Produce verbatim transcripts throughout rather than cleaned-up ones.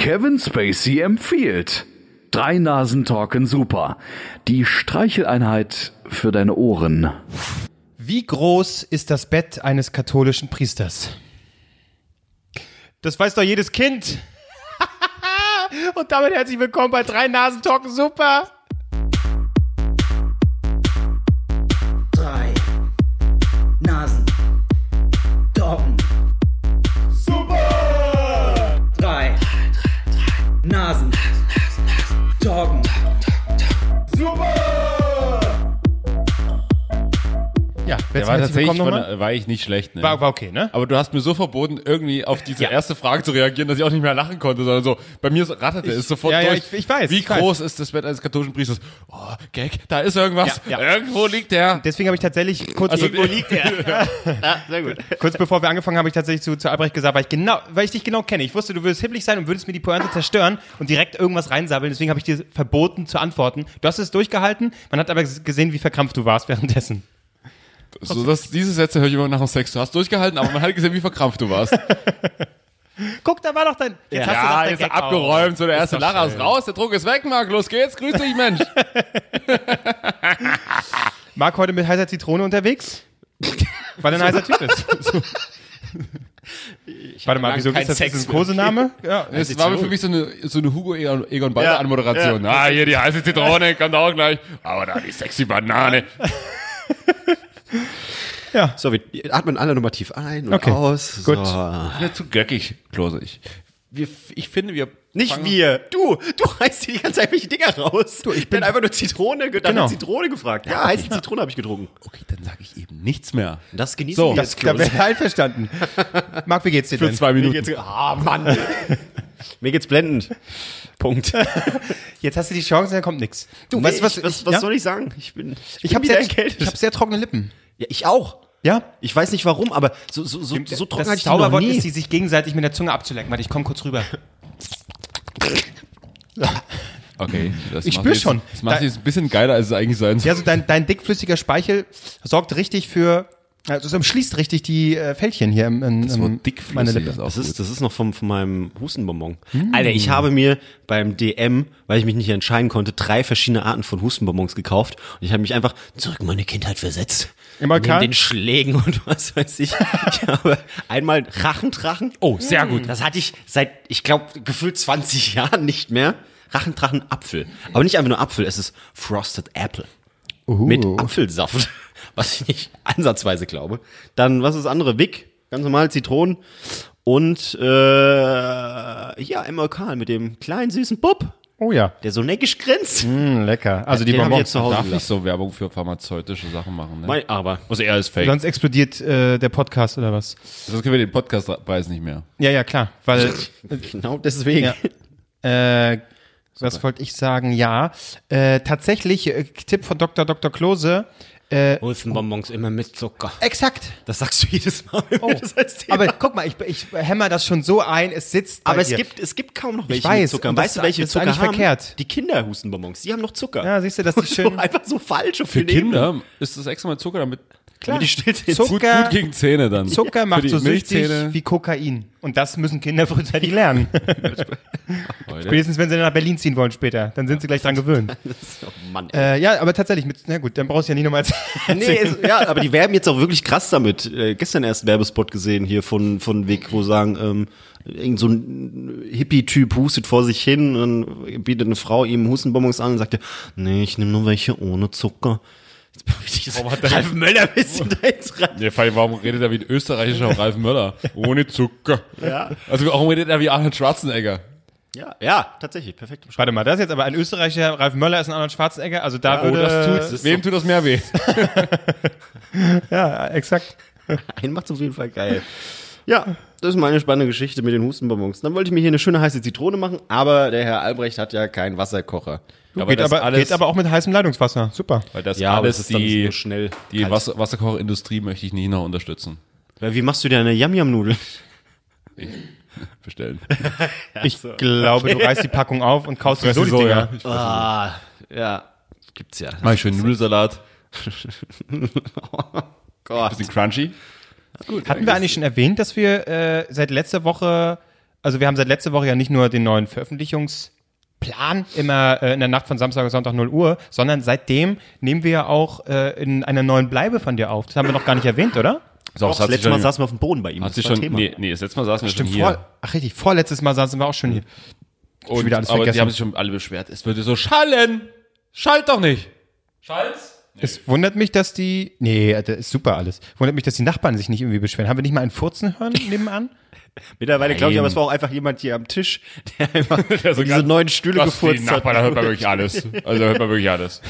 Kevin Spacey empfiehlt. Drei Nasen talken super. Die Streicheleinheit für deine Ohren. Wie groß ist das Bett eines katholischen Priesters? Das weiß doch jedes Kind. Und damit herzlich willkommen bei Drei Nasen talken super. Drei Nasen talken super. Drei Nasen talken super. Ja, Der war tatsächlich von, war ich nicht schlecht, ne? War, war okay, ne? Aber du hast mir so verboten, irgendwie auf diese Ja. erste Frage zu reagieren, dass ich auch nicht mehr lachen konnte, sondern so, bei mir ratterte es sofort ja, ja, durch. ich- ich weiß, Wie ich weiß. groß ist das Bett eines katholischen Priesters? Oh, Gag, da ist irgendwas. Ja, ja. Irgendwo liegt der. Deswegen habe ich tatsächlich kurz Also, irgendwo liegt er. Ja, sehr gut. Kurz bevor wir angefangen haben, habe ich tatsächlich zu, zu Albrecht gesagt, weil ich genau, weil ich dich genau kenne. Ich wusste, du würdest hibbelig sein und würdest mir die Pointe zerstören und direkt irgendwas reinsabbeln. Deswegen habe ich dir verboten zu antworten. Du hast es durchgehalten. Man hat aber gesehen, wie verkrampft du warst währenddessen. So, das, diese Sätze höre ich immer nach dem Sex. Du hast durchgehalten, aber man hat gesehen, wie verkrampft du warst. Guck, da war doch dein. Jetzt hast du doch Ja, dein ist Gag abgeräumt, so der Ist erste doch Lacher ist schön. raus, der Druck ist weg, Marc, los geht's, grüß dich, Mensch. Marc heute mit heißer Zitrone unterwegs? Weil er ein heißer Typ ist. So. Warte mal, lange wieso keinen ist das Sex jetzt ein mehr. Kosename? Ja. Es war für mich so eine, so eine Hugo Egon, Egon Balder Ja. Anmoderation. Ja. Ah, hier die heiße Zitrone, kommt auch gleich. Aber da die sexy Banane. So, wir atmen alle nochmal tief ein und Okay, aus. gut. So. Nicht zu göckig, Klose. Ich, wir, ich finde, wir Nicht fangen- wir, du, du reißt dir die ganze Zeit welche Dinger raus. Du, ich bin einfach nur Zitrone, ge- dann Genau. Zitrone gefragt. Ja, heiße Zitrone habe ich getrunken. Okay, dann sage ich eben nichts mehr. Das genießen So, wir Das, jetzt, da Klose. wäre einverstanden. Marc, wie geht's dir Für denn? zwei Mir Minuten. geht's, ah, Mann. Mir geht's blendend. Punkt. Jetzt hast du die Chance, dann kommt nix. Du, weißt was, du, was, ich- was ja? soll ich sagen? Ich bin, ich, Ich bin habe wieder sehr, erkältet. ich hab sehr trockene Lippen. Ja, ich auch. Ja? Ich weiß nicht warum, aber so, so, so, so trocken Das hatte ich die noch Zauberwort nie. ist, die sich gegenseitig mit der Zunge abzulecken. Warte, ich komm kurz rüber. Okay, das Ich macht spür jetzt- schon. Das macht Da- jetzt ein bisschen geiler, als es eigentlich sein soll. Ja, also dein, dein dickflüssiger Speichel sorgt richtig für, also es umschließt richtig die äh, Fältchen hier im, im, Das im Wort dickflüssig meine Lippe. ist auch Das gut. ist, das ist noch vom, von meinem Hustenbonbon. Alter, ich habe mir beim D M, weil ich mich nicht entscheiden konnte, drei verschiedene Arten von Hustenbonbons gekauft. Und ich habe mich einfach zurück in meine Kindheit versetzt. Immer Neben klar? den Schlägen und was weiß ich. Ich habe einmal Rachendrachen. Oh, sehr gut. Das hatte ich seit, ich glaube, gefühlt zwanzig Jahren nicht mehr. Rachendrachen Apfel. Aber nicht einfach nur Apfel, es ist Frosted Apple. Mit Apfelsaft. Was ich nicht ansatzweise glaube. Dann, was ist das andere? Wick, ganz normal, Zitronen. Und, äh, ja, M O K mit dem kleinen süßen Bub, Oh ja. der so neckisch grinst. Mm, lecker. Also die Den hab ich Bonbons. jetzt zu Hause Darf nicht gelassen. so Werbung für pharmazeutische Sachen machen, ne? Mein, aber. Also er ist fake. Sonst explodiert äh, der Podcast oder was? Sonst kriegen wir den Podcastpreis nicht mehr. Ja, ja, klar. Weil, Genau deswegen. ja. äh, was wollte ich sagen? Ja, äh, tatsächlich, äh, Tipp von Doktor Doktor Klose. Äh, Hustenbonbons immer mit Zucker. exakt. Das sagst du jedes Mal, wenn Oh. wir das als Thema. Aber guck mal, ich, ich hämmer das schon so ein, es sitzt bei Aber es dir. gibt, es gibt kaum noch welche weiß, mit Zucker. und Weißt das- du, welche das ist Zucker eigentlich haben? verkehrt. Die Kinderhustenbonbons, die haben noch Zucker. Ja, siehst du, das ist so schön. einfach so falsch. Für Kinder ist das extra mal Zucker, damit Klar. Die Stillzähne. Zucker, gut, gut gegen Zähne dann. Zucker Für macht die so süchtig Milchzähne. wie Kokain. Und das müssen Kinder frühzeitig lernen. Heute. Spätestens, wenn sie nach Berlin ziehen wollen später. Dann sind sie gleich dran gewöhnt. Oh Mann, ey. äh, ja, aber tatsächlich, mit, na gut, dann brauchst du ja nie nochmal erzählen. Nee, es, ja, aber die werben jetzt auch wirklich krass damit. Äh, gestern erst einen Werbespot gesehen hier von, von Wick, wo sagen, ähm, irgend so ein Hippie-Typ hustet vor sich hin und dann bietet eine Frau ihm Hustenbonbons an und sagt, nee, ich nehme nur welche ohne Zucker. Jetzt bin ich das Warum hat der- Ralf Möller ein bisschen da jetzt rein. Nee, vor allem, warum redet er wie ein österreichischer Ralf Möller? Ohne Zucker. Ja. Also warum redet er wie Arnold Schwarzenegger? Ja, ja, tatsächlich, perfekt. Warte mal, das ist jetzt aber ein Österreicher, Ralf Möller ist ein Arnold Schwarzenegger, also da Oh, würde... das tut's. Wem tut das mehr weh? Ja, exakt. Einen macht's auf jeden Fall geil. Ja, das ist meine spannende Geschichte mit den Hustenbonbons. Dann wollte ich mir hier eine schöne heiße Zitrone machen, aber der Herr Albrecht hat ja keinen Wasserkocher. Aber geht, das aber, alles- geht aber auch mit heißem Leitungswasser. Super. Weil das Ja, aber alles es ist dann die, so schnell die kalt. Wasser Wasserkocherindustrie möchte ich nicht noch unterstützen. Weil wie machst du dir eine Yam-Yam-Nudel? Bestellen. Ich glaube, du reißt die Packung auf und kaust dir so die so, Dinger. ja. Ah, ja, gibt's ja. Mach ich schön Nudelsalat. Gott. Bisschen crunchy. Hatten wir eigentlich schon erwähnt, dass wir äh, seit letzter Woche also wir haben seit letzter Woche ja nicht nur den neuen Veröffentlichungsplan immer äh, in der Nacht von Samstag auf Sonntag null Uhr, sondern seitdem nehmen wir ja auch äh, in einer neuen Bleibe von dir auf. Das haben wir noch gar nicht erwähnt, oder? So, Doch, das letzte Mal saßen wir auf dem Boden bei ihm. Hat Das sich war schon, Thema. nee, nee, das letzte Mal saßen wir schon Stimmt, hier. vor, ach richtig, vorletztes Mal saßen wir auch schon hier. Und, schon wieder alles aber vergessen. die haben sich schon alle beschwert. Es würde so schallen. Schalt doch nicht. Schallt's? Es wundert mich, dass die, nee, das ist super alles. Wundert mich, dass die Nachbarn sich nicht irgendwie beschweren. Haben wir nicht mal einen Furzen hören nebenan? Mittlerweile glaube ich, Nein. aber es war auch einfach jemand hier am Tisch, der einfach Der so diese ganz- neuen Stühle Das ist die gefurzt hat. Nachbarn, da hört man wirklich alles. Also da hört man wirklich alles.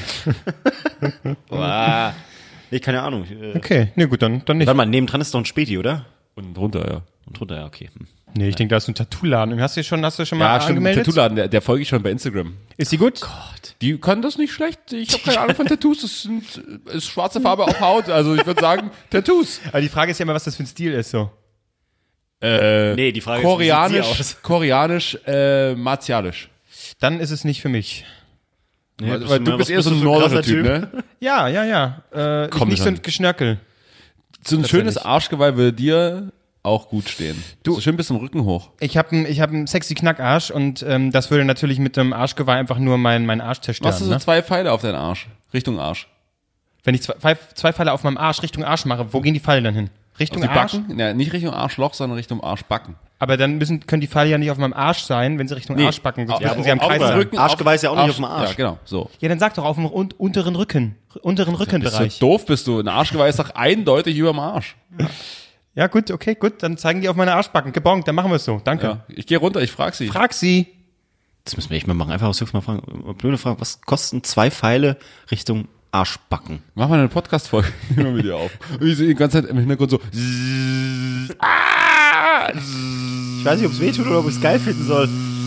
Boah. Nee, keine Ahnung. Äh, Okay, nee, gut, dann, dann nicht. Warte mal, nebendran ist doch ein Späti, oder? Und drunter, ja. Und drunter, ja, okay. Hm. Nee, ich denke, da ist ein Tattoo-Laden. Hast du schon, hast du schon mal Ja, stimmt, angemeldet? Tattoo-Laden, der, der folge ich schon bei Instagram. Ist sie gut? Die können das nicht schlecht. Ich habe keine Ahnung von Tattoos. Das sind, ist schwarze Farbe auf Haut. Also ich würde sagen, Tattoos. Aber die Frage ist ja immer, was das für ein Stil ist, so. Äh, Nee, die Frage ist, Koreanisch, wie sieht sie aus? Koreanisch, äh, martialisch. Dann ist es nicht für mich. Weil, bist weil du du mal- bist was eher bist so du ein für ein nordischer krasser Typ, Typ? ne? Ja, ja, ja. Äh, Komm nicht so ein schon. Geschnörkel. So ein schönes Arschgeweih würde dir auch gut stehen. Du- so schön bis zum Rücken hoch. Ich habe einen ich hab einen sexy Knackarsch und ähm, das würde natürlich mit einem Arschgeweih einfach nur meinen mein Arsch zerstören. Machst du so Ne? zwei Pfeile auf deinen Arsch? Richtung Arsch. Wenn ich zwei, zwei Pfeile auf meinem Arsch Richtung Arsch mache, wo gehen die Pfeile dann hin? Richtung Die Arsch? Backen? Ja, nicht Richtung Arschloch, sondern Richtung Arschbacken. Aber dann müssen, können die Pfeile ja nicht auf meinem Arsch sein, wenn sie Richtung Nee. Arschbacken sind. Ja, müssen sie am auf Kreis dem sein. Rücken. Arschgeweih ist ja auch nicht auf dem Arsch. Ja, genau, so. Ja, dann sag doch auf dem un unteren Rücken. Unteren Bist Rückenbereich. du doof bist du? Ein Arschgeweih ist doch eindeutig über dem Arsch. Ja, gut, okay, gut. Dann zeigen die auf meine Arschbacken. Gebongt, dann machen wir es so. Danke. Ja. Ich gehe runter, ich frage sie. Frag sie. Das müssen wir echt mal machen. Einfach aus Höchst mal fragen. Blöde Frage, was kosten zwei Pfeile Richtung Arschbacken? Mach mal eine Podcast-Folge. Nehmen wir mit dir auf. Und ich sehe die ganze Zeit im Hintergrund so. Ich weiß nicht, ob es weh tut oder ob ich es geil finden soll.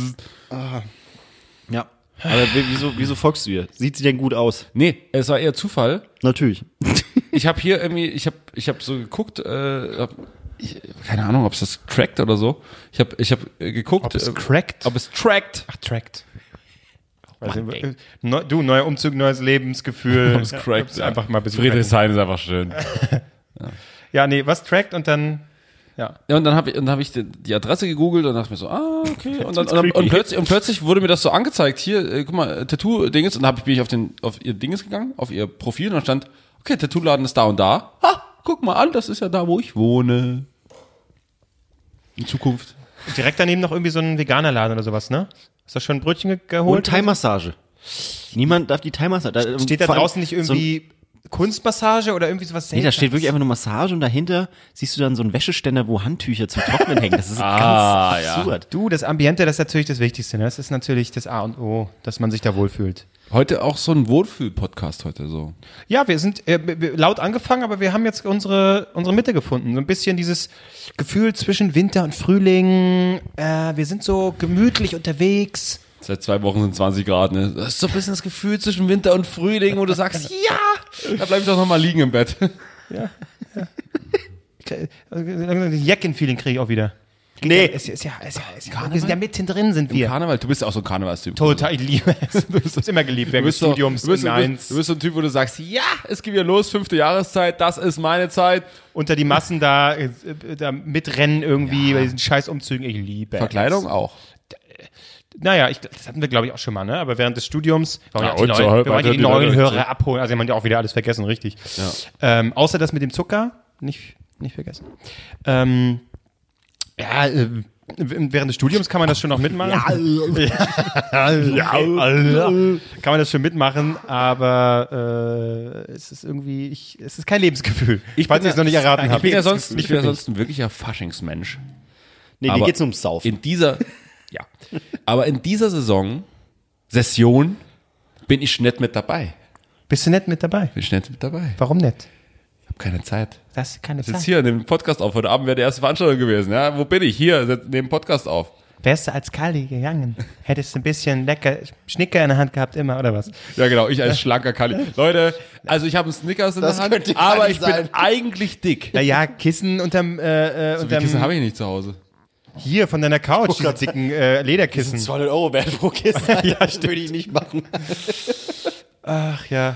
Ja. Aber w- wieso, wieso folgst du ihr? Sieht sie denn gut aus? Nee, es war eher Zufall. Natürlich. Ich habe hier irgendwie, ich habe ich hab so geguckt, äh, hab, ich, keine Ahnung, ob es das trackt oder so. Ich habe ich hab äh, geguckt, Ob es äh, crackt? ob es trackt. Ach, trackt. Also, Mann, ey. neu, du, neuer Umzug, neues Lebensgefühl. Ob es crackt. Ja, einfach mal ein bisschen Friedrichshain ist einfach schön. Ja, nee, was trackt und dann, ja. Ja, und dann habe ich, und dann hab ich die, die Adresse gegoogelt und dachte mir so, ah, okay. Und, dann, und, dann, und, plötzlich, und plötzlich wurde mir das so angezeigt, hier, äh, guck mal, äh, Tattoo-Dinges. Und dann hab ich, bin ich auf, den, auf ihr Dinges gegangen, auf ihr Profil, und dann stand, okay, Tattoo-Laden ist da und da. Ha, guck mal an, das ist ja da, wo ich wohne. In Zukunft. Direkt daneben noch irgendwie so ein Veganerladen oder sowas, ne? Hast du schon ein Brötchen ge geholt? Und Thai-Massage. Niemand darf die Thai-Massage. Da, Steht da vor allem draußen nicht so ein- irgendwie Kunstmassage oder irgendwie sowas Nee, da steht wirklich einfach nur Massage und dahinter siehst du dann so einen Wäscheständer, wo Handtücher zum Trocknen hängen. Das ist Ah, ganz ja. absurd. Du, das Ambiente, das ist natürlich das Wichtigste, ne? Das ist natürlich das A und O, dass man sich da wohlfühlt. Heute auch so ein Wohlfühl-Podcast heute so. Ja, wir sind äh, wir- laut angefangen, aber wir haben jetzt unsere, unsere Mitte gefunden. So ein bisschen dieses Gefühl zwischen Winter und Frühling. Äh, wir sind so gemütlich unterwegs. Seit zwei Wochen sind zwanzig Grad, ne? Das ist so ein bisschen das Gefühl zwischen Winter und Frühling, wo du sagst, ja, da bleib ich doch noch mal liegen im Bett. Das Jacken-Feeling kriege ich auch wieder. Nee. Es ist ja, es ist ja, es ist ja wir sind ja mittendrin, sind wir. Karneval, du bist ja auch so ein Karnevalstyp. Total, ich liebe es. Du hast immer geliebt, Du während des bist, so, du, Studiums. bist, in du, bist, eins. du bist so ein Typ, wo du sagst, ja, es geht wieder los, fünfte Jahreszeit, das ist meine Zeit. Unter die Massen da, äh, da mitrennen irgendwie bei diesen scheiß Umzügen. Ich liebe Verkleidung es. auch. Naja, ich, das hatten wir, glaube ich, auch schon mal, ne? Aber während des Studiums, wir wollen Ja, ja, die und so neuen, halt wir wollen ja weiter die die neuen Leute- Hörer abholen. Also, man hat ja auch wieder alles vergessen, richtig. Ja. Ähm, außer das mit dem Zucker, nicht, nicht vergessen. Ähm, ja, äh, während des Studiums kann man das schon noch mitmachen. Ja, ja, kann man das schon mitmachen, aber äh, es ist irgendwie, ich, es ist kein Lebensgefühl. Ich falls bin ich es ja- noch nicht erraten Ich habe. bin ja sonst, nicht ich bin ja für mich. sonst ein wirklicher Faschingsmensch. Nee, Aber dir geht's ums Saufen. In dieser, ja, aber in dieser Saison, Session, bin ich nicht mit dabei. Bist du nett mit dabei? Bin ich nicht mit dabei. Warum nicht? Ich habe keine Zeit. Das ist keine Ich sitze Zeit. hier in dem Podcast auf. Heute Abend wäre die erste Veranstaltung gewesen. Ja, wo bin ich? Hier, setz- neben Podcast auf. Wärst du als Kali gegangen, hättest du ein bisschen lecker Schnicker in der Hand gehabt immer, oder was? Ja, genau, ich als schlanker Kali. Leute, also ich habe einen Snickers in Das der Hand, könnte Kali aber ich sein. bin eigentlich dick. Naja, Kissen unterm, äh, äh, So wie unterm Kissen habe ich nicht zu Hause. hier von deiner Couch, diese dicken äh, Lederkissen. zweihundert Euro wert pro Kiste. Ja, würde ich nicht machen. Ach ja.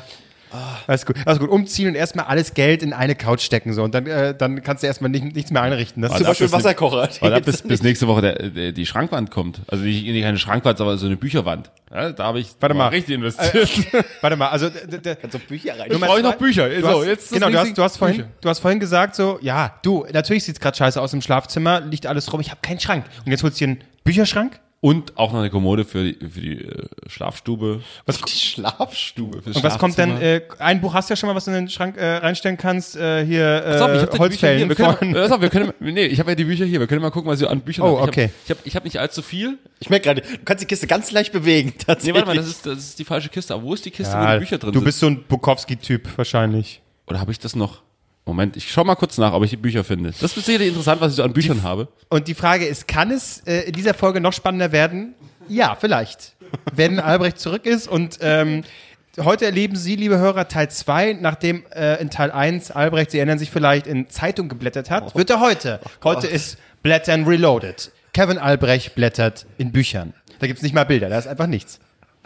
Alles gut, alles gut. Umziehen und erstmal alles Geld in eine Couch stecken so und dann, äh, dann kannst du erstmal nicht, nichts mehr einrichten. Das ist Zum Beispiel ein Wasserkocher. Weil ab bis, bis nächste Woche der, der, die Schrankwand kommt. Also nicht, nicht eine Schrankwand, aber so eine Bücherwand. Ja, da habe ich Warte mal. richtig investiert. Warte mal, also d- d- Kannst du Bücher rein. Nummer brauche ich noch zwei- Bücher. Du So, hast, jetzt das genau, du nächste- hast, du, hast vorhin, Bücher. du hast vorhin gesagt so, ja, du, natürlich sieht's gerade scheiße aus im Schlafzimmer, liegt alles rum, ich habe keinen Schrank. Und jetzt holst du dir einen Bücherschrank? Und auch noch eine Kommode für die, für die äh, Schlafstube. Was, Die Schlafstube. und was kommt denn, äh, ein Buch hast du ja schon mal, was du in den Schrank äh, reinstellen kannst, äh, hier äh, Pass auf, ich hab die Bücher hier. Holzfällen Wir können, von... pass auf, wir können, nee, ich habe ja die Bücher hier. Wir können mal gucken, was ich an Büchern Oh, habe. Ich okay. Hab, ich habe ich hab nicht allzu viel. Ich merke gerade, du kannst die Kiste ganz leicht bewegen. Nee, Tatsächlich. warte mal, das ist, das ist die falsche Kiste. Aber wo ist die Kiste, wo Ja, die Bücher drin du sind? bist so ein Bukowski-Typ wahrscheinlich. Oder habe ich das noch? Moment, ich schau mal kurz nach, ob ich die Bücher finde. Das ist sicherlich interessant, was ich so an Büchern habe. Und die Frage ist, kann es äh, in dieser Folge noch spannender werden? Ja, vielleicht. Wenn Albrecht zurück ist und ähm, heute erleben Sie, liebe Hörer, Teil zwei, nachdem äh, in Teil eins Albrecht, Sie erinnern sich vielleicht, in Zeitung geblättert hat, wird er heute. Heute ist Blättern Reloaded. Kevin Albrecht blättert in Büchern. Da gibt's nicht mal Bilder, da ist einfach nichts.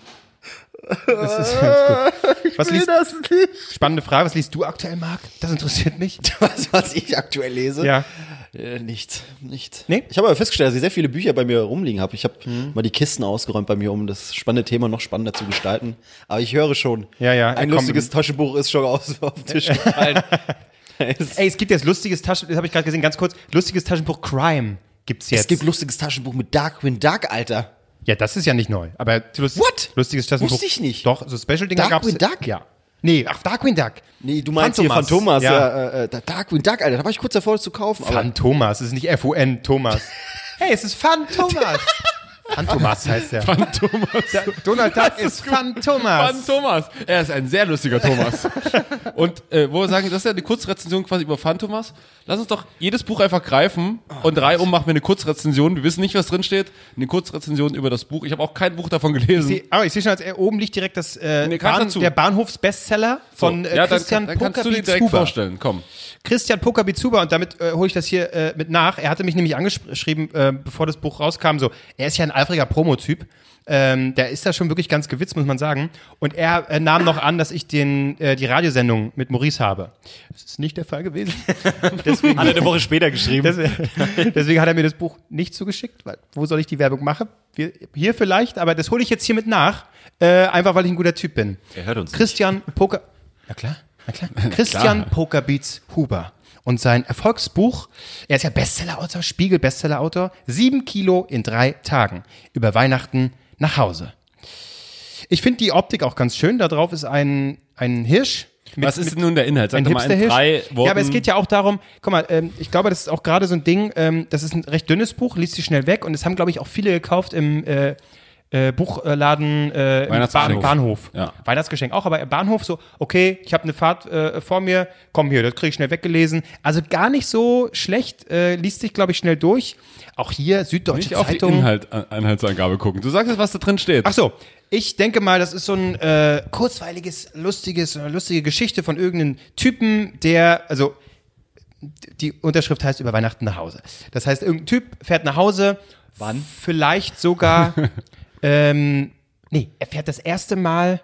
Das ist ganz gut. Was liest, das nicht. spannende Frage, was liest du aktuell, Marc? Das interessiert mich. Was, was ich aktuell lese? Ja. Äh, nichts, nichts. Nee? Ich habe aber festgestellt, dass ich sehr viele Bücher bei mir rumliegen habe. Ich habe mal die Kisten ausgeräumt bei mir, um das spannende Thema noch spannender zu gestalten. Aber ich höre schon, Ja, ja, er ein kommt lustiges Taschenbuch ist schon aus, auf den Tisch gefallen. es, Ey, es gibt jetzt lustiges Taschen, das habe ich gerade gesehen, ganz kurz, lustiges Taschenbuch Crime gibt's jetzt. es gibt lustiges Taschenbuch mit Darkwing Duck, Alter. Ja, das ist ja nicht neu. Aber lust What? lustiges Taschenbuch. Wusste ich nicht. Doch, so Special-Dinger gab's. Darkwing Duck? Ja. Nee, ach, Darkwing Duck. Nee, du meinst Phantomas. hier Phantomas, Ja. ja, äh, äh, Darkwing Duck, Alter. Da war ich kurz davor, das zu kaufen. Aber Phantomas, es ist nicht F U N Thomas. Hey, es ist Phantomas. Phantomas heißt der. Phantomas. Der Donald Duck ist Phantomas. Phantomas. Er ist ein sehr lustiger Thomas. Und äh, wo wir sagen, das ist ja eine Kurzrezension quasi über Phantomas. Lass uns doch jedes Buch einfach greifen und drei um machen wir eine Kurzrezension. Wir wissen nicht, was drin steht. Eine Kurzrezension über das Buch. Ich habe auch kein Buch davon gelesen. Sie, aber ich sehe schon, als er oben liegt direkt das äh, Nee, kannst Bahn, dazu. der Bahnhofsbestseller von äh, ja, dann, Christian dann kannst du die direkt Poker-Bizuber. vorstellen. Komm. Christian Poker-Bizuber, und damit äh, hole ich das hier äh, mit nach. Er hatte mich nämlich angeschrieben, äh, bevor das Buch rauskam, so, er ist ja ein eifriger Promo-Typ. Ähm, der ist da schon wirklich ganz gewitzt, muss man sagen. Und er äh, nahm noch an, dass ich den, äh, die Radiosendung mit Maurice habe. Das ist nicht der Fall gewesen. Deswegen, hat er eine Woche später geschrieben. deswegen, deswegen hat er mir das Buch nicht zugeschickt, weil wo soll ich die Werbung machen? Wir, hier vielleicht, aber das hole ich jetzt hier mit nach, äh, einfach weil ich ein guter Typ bin. Er hört uns Christian Poker, na klar, na klar. Christian Pokerbeats Huber. Und sein Erfolgsbuch, er ist ja Bestsellerautor, Spiegel-Bestsellerautor, sieben Kilo in drei Tagen. Über Weihnachten nach Hause. Ich finde die Optik auch ganz schön. Da drauf ist ein, ein Hirsch. Mit, Was ist denn nun der Inhalt? Sag ein doch mal in drei Hipster-Hirsch. Worten. Ja, aber es geht ja auch darum, guck mal, ähm, ich glaube, das ist auch gerade so ein Ding, ähm, das ist ein recht dünnes Buch, liest sich schnell weg und es haben, glaube ich, auch viele gekauft im äh, äh, Buchladen äh, im Weihnachtsbahnhof. Bahn, Bahnhof. Ja. Weihnachtsgeschenk auch, aber im Bahnhof so, okay, ich habe eine Fahrt äh, vor mir, komm hier, das kriege ich schnell weggelesen. Also gar nicht so schlecht, äh, liest sich, glaube ich, schnell durch. Auch hier Süddeutsche Nicht auf die Zeitung. Inhalt, Inhaltsangabe gucken. Du sagst jetzt, was da drin steht. Ach so, ich denke mal, das ist so ein äh, kurzweiliges, lustiges, äh, lustige Geschichte von irgendeinem Typen, der, also die Unterschrift heißt über Weihnachten nach Hause. Das heißt, irgendein Typ fährt nach Hause. Wann? Vielleicht sogar, ähm, nee, er fährt das erste Mal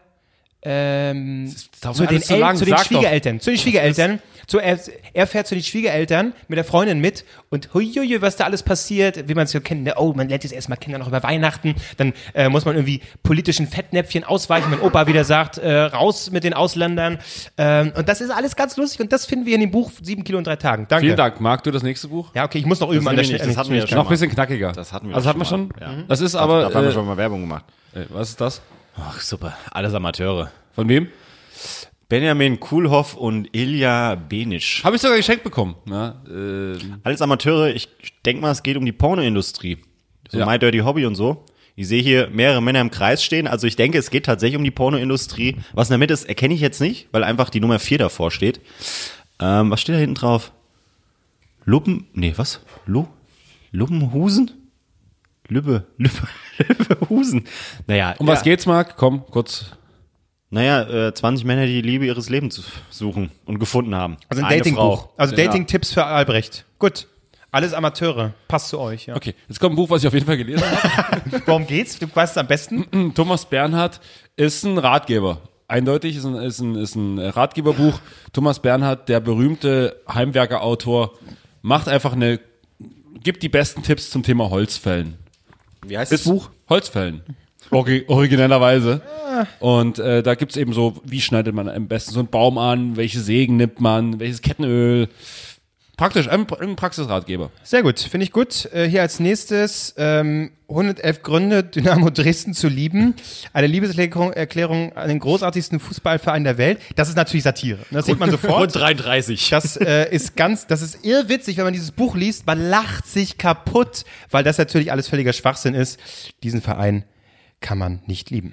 ähm, dauert zu den, alles zu El lang, zu den sag doch. Schwiegereltern. Zu den Schwiegereltern. Zu, er, er fährt zu den Schwiegereltern mit der Freundin mit und huiuiui, was da alles passiert, wie man es so kennt. Ne? Oh, man lernt jetzt erstmal kennen, noch über Weihnachten. Dann äh, muss man irgendwie politischen Fettnäpfchen ausweichen, wenn Opa wieder sagt, äh, raus mit den Ausländern. Ähm, und das ist alles ganz lustig und das finden wir in dem Buch sieben Kilo in drei Tagen. Danke. Vielen Dank. Marc, du das nächste Buch? Ja, okay, ich muss noch üben an der nehmen wir Stelle. nicht, das hatten wir ja schon Noch ein bisschen knackiger. Das hatten wir Also doch hatten wir schon schon? mal. Ja. Das ist aber. Dafür haben wir Äh, schon mal Werbung gemacht. äh, was ist das? Ach, super. Alles Amateure. Von wem? Benjamin Kuhlhoff und Ilja Benisch. Habe ich sogar geschenkt bekommen. Ja, äh, Alles Amateure. Ich denke mal, es geht um die Pornoindustrie. So Ja. My Dirty Hobby und so. Ich sehe hier mehrere Männer im Kreis stehen. Also ich denke, es geht tatsächlich um die Pornoindustrie. Was in der Mitte ist, erkenne ich jetzt nicht, weil einfach die Nummer vier davor steht. Ähm, was steht da hinten drauf? Luppen, nee, was? Lu, Luppenhusen? Lübbe, Lübbe, Lübbehusen. Naja, um ja. was geht's, Marc? Komm, kurz. Naja, äh, zwanzig Männer, die die Liebe ihres Lebens zu- suchen und gefunden haben. Also ein Eine Datingbuch. Frau. Also Ja. Dating-Tipps für Albrecht. Gut. Alles Amateure. Passt zu euch. Ja. Okay, jetzt kommt ein Buch, was ich auf jeden Fall gelesen habe. Worum geht's? Du weißt es am besten. Thomas Bernhard ist ein Ratgeber. eindeutig, ist ein, ist ein, ist ein Ratgeberbuch. Thomas Bernhard, der berühmte Heimwerker-Autor, macht einfach eine, gibt die besten Tipps zum Thema Holzfällen. Wie heißt Das das Buch? Holzfällen. Orgi- originellerweise. Und äh, da gibt's eben so, wie schneidet man am besten so einen Baum an, welche Sägen nimmt man, welches Kettenöl. Praktisch, ein, ein Praxisratgeber. Sehr gut, finde ich gut. Äh, hier als nächstes ähm, hundertelf Gründe, Dynamo Dresden zu lieben. Eine Liebeserklärung Erklärung an den großartigsten Fußballverein der Welt. Das ist natürlich Satire. Das sieht man sofort. Und dreiunddreißig. Das äh, ist ganz, das ist irrwitzig, wenn man dieses Buch liest. Man lacht sich kaputt, weil das natürlich alles völliger Schwachsinn ist. Diesen Verein kann man nicht lieben.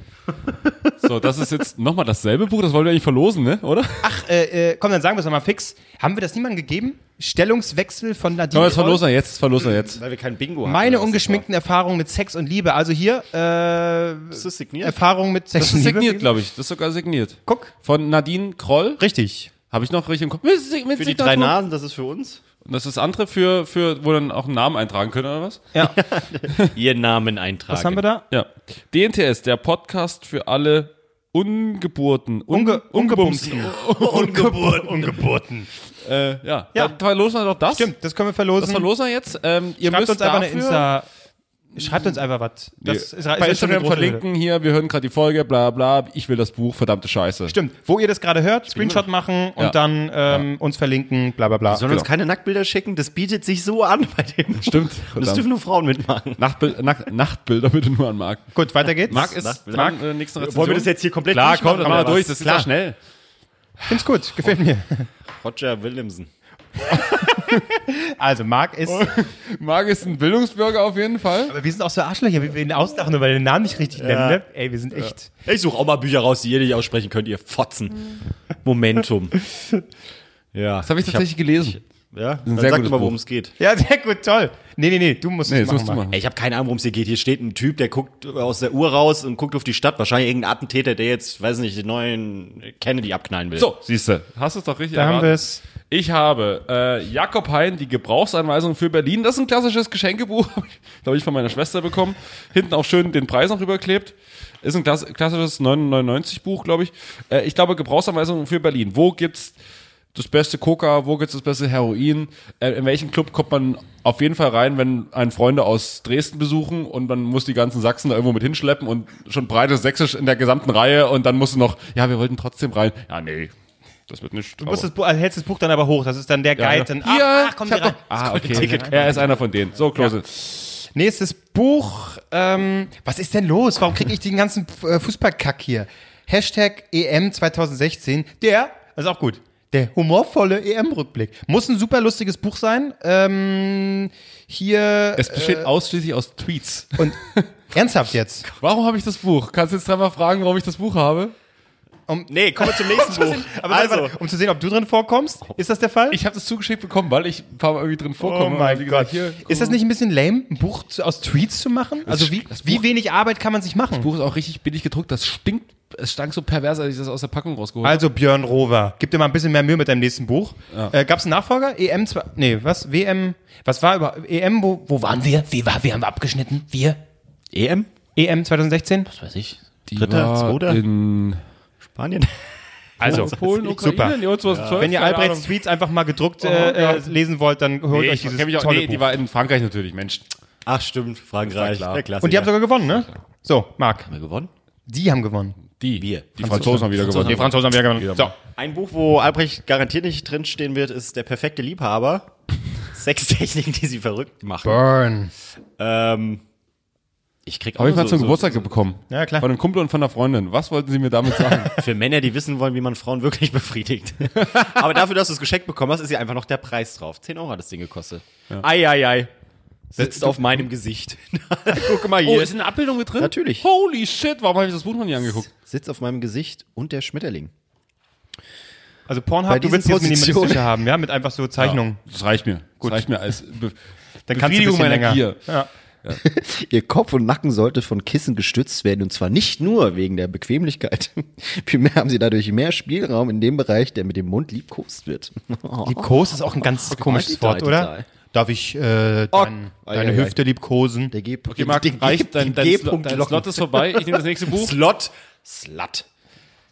So, das ist jetzt nochmal dasselbe Buch, das wollen wir eigentlich verlosen, ne? Oder? Ach, äh, äh, komm, dann sagen wir es nochmal fix. Haben wir das niemandem gegeben? Stellungswechsel von Nadine Komm, jetzt Kroll? verlosen wir jetzt, das verlosen wir jetzt. Weil wir kein Bingo haben. Meine oder was ungeschminkten Erfahrungen mit Sex und Liebe. Also hier, äh, das war. Ist das signiert? Erfahrungen mit Sex Das und ist Liebe. signiert, glaube ich. Das ist sogar signiert. Guck. Von Nadine Kroll. Richtig. Habe ich noch richtig im Kopf. Mit, mit Für die Signatur. drei Nasen, das ist für uns. Und das ist das andere für, für, wo dann auch einen Namen eintragen können, oder was? Ja. Ihren Namen eintragen. Was haben wir da? Ja. D N T S, der Podcast für alle Ungeburten. Unge Ungebumsten. Ungeburten. Ungeburten. Äh, ja. Ja. Dann verlosen wir doch das. Stimmt, das können wir verlosen. Das verlosen wir jetzt. Ähm, ihr Schreibt müsst uns einfach eine dafür, Insta... Schreibt uns einfach was. Das ist, ist bei jetzt schon eine Instagram große verlinken hier, wir hören gerade die Folge, bla bla, ich will das Buch, verdammte Scheiße. Stimmt. Wo ihr das gerade hört, Screenshot machen und Ja. dann ähm, uns verlinken, bla bla bla. Sollen uns keine Nacktbilder schicken? Das bietet sich so an bei dem. Stimmt. Und das dürfen nur Frauen mitmachen. Nachtbild, Nacht, Nachtbilder bitte nur an Marc. Gut, weiter geht's. Marc ist Nachtbilder. Marc, äh, nächste Rezension. Wollen wir das jetzt hier komplett Klar, durchmachen, komm, dann machen wir oder durch, was? das ist Klar. ja schnell. Find's gut, gefällt mir. Roger Williamson. Also, Marc ist... Marc ist ein Bildungsbürger auf jeden Fall. Aber wir sind auch so Arschlöcher, wie wir ihn auslachen, nur weil wir den Namen nicht richtig nennen, ne? Ey, wir sind echt... Ich suche auch mal Bücher raus, die ihr nicht aussprechen könnt, ihr Fotzen. Momentum. Ja. Das habe ich tatsächlich gelesen. Ja, ein dann sehr sag gutes doch mal, Buch. worum es geht. Ja, sehr gut, toll. Nee, nee, nee, du musst Nee, es das musst du machen. machen. Ey, ich habe keine Ahnung, worum es hier geht. Hier steht ein Typ, der guckt aus der Uhr raus und guckt auf die Stadt. Wahrscheinlich irgendein Attentäter, der jetzt, weiß nicht, den neuen Kennedy abknallen will. So, siehst du, hast du es doch richtig Da haben erraten. wir es. Ich habe äh, Jakob Hein, die Gebrauchsanweisung für Berlin. Das ist ein klassisches Geschenkebuch, glaube ich, von meiner Schwester bekommen. Hinten auch schön den Preis noch rüberklebt. Ist ein klass klassisches neun neunundneunzig Buch, glaube ich. Äh, ich glaube, Gebrauchsanweisung für Berlin. Wo gibt's das beste Coca, wo gibt's das beste Heroin? Äh, in welchen Club kommt man auf jeden Fall rein, wenn einen Freunde aus Dresden besuchen und man muss die ganzen Sachsen da irgendwo mit hinschleppen und schon breites Sächsisch in der gesamten Reihe und dann musst du noch, ja, wir wollten trotzdem rein. Ja, nee, das wird nicht. Du musst das Buch, also hältst das Buch dann aber hoch, das ist dann der Ja, Guide. ja. Dann, Hier, ach, ach, komm ich hab hier rein. doch- Ah, okay. Er ist einer von denen. So, Klose. Nächstes Buch. Ähm, was ist denn los? Warum kriege ich den ganzen äh, Fußballkack hier? Hashtag E M zwanzig sechzehn. Der, das ist auch gut. Der humorvolle E M-Rückblick. Muss ein super lustiges Buch sein. Ähm, hier. Es besteht ausschließlich aus Tweets. Und ernsthaft jetzt. Warum habe ich das Buch? Kannst du jetzt dreimal fragen, warum ich das Buch habe? Nee, kommen wir zum nächsten Buch. Aber also, warte, warte, um zu sehen, ob du drin vorkommst. Ist das der Fall? Ich habe das zugeschickt bekommen, weil ich ein paar Mal irgendwie drin Oh vorkomme. mein Wie gesagt, Gott. hier, Ist das nicht ein bisschen lame, ein Buch zu, aus Tweets zu machen? Also wie, das wie Buch- wenig Arbeit kann man sich machen? Das Buch ist auch richtig billig gedruckt. Das stinkt. Es stank so pervers, als ich das aus der Packung rausgeholt habe. Also Björn Rover, gib dir mal ein bisschen mehr Mühe mit deinem nächsten Buch. Äh, Gab es einen Nachfolger? E M zwei, nee, was? W M, was war über E M, wo, wo waren wir? Wie, war, wie haben wir abgeschnitten? Wir? E M? E M zwanzig sechzehn? Was weiß ich. Die Dritter, war zweiter? in Spanien? Also, Polen, Ukraine, super. ja, zweitausendzwölf, Wenn ihr keine Albrechts Ahnung. Tweets einfach mal gedruckt Oh, äh, ja. äh, lesen wollt, dann holt Nee, euch ich dieses kenn mich auch, tolle nee, Buch. die war in Frankreich natürlich, Mensch. Ach, stimmt. Frankreich. klar. Der Klassiker. Und die haben sogar gewonnen, ne? So, Marc, Haben wir gewonnen? die haben gewonnen. Die. Wir. Die Franzosen haben wieder gewonnen. Die Franzosen haben ja gewonnen. So. Ein Buch, wo Albrecht garantiert nicht drinstehen wird, ist Der perfekte Liebhaber. Sextechniken, die sie verrückt machen. Burn. Ähm, ich krieg auch Habe ich mal so, zum so, Geburtstag bekommen. Ja, klar. Von einem Kumpel und von einer Freundin. Was wollten sie mir damit sagen? Für Männer, die wissen wollen, wie man Frauen wirklich befriedigt. Aber dafür, dass du es geschenkt bekommen hast, ist ja einfach noch der Preis drauf. zehn Euro hat das Ding gekostet. Ei, ei, ei. Sitzt auf meinem Gesicht. Guck mal hier. Oh, ist eine Abbildung mit drin? Natürlich. Holy shit, warum habe ich das Buch noch nie angeguckt? Sitzt auf meinem Gesicht und der Schmetterling. Also Pornhub, Bei du willst diesen jetzt Positionen- minimalistische haben, ja? Mit einfach so Zeichnungen. Das reicht mir. Gut. Das reicht mir als Be Dann kannst du ein Befriedigung bisschen meiner länger. Gier. Ja. Ihr Kopf und Nacken sollte von Kissen gestützt werden, und zwar nicht nur wegen der Bequemlichkeit. Vielmehr haben sie dadurch mehr Spielraum in dem Bereich, der mit dem Mund liebkost wird. Liebkos ist auch ein ganz komisches total, Wort, oder? total. Darf ich äh, Oh. dein, Ei, deine ei, ei. Hüfte liebkosen? Der G Okay, Marc, reicht dein, dein, Slot, dein Slot ist vorbei. Ich nehme das nächste Buch. Slot. Slut.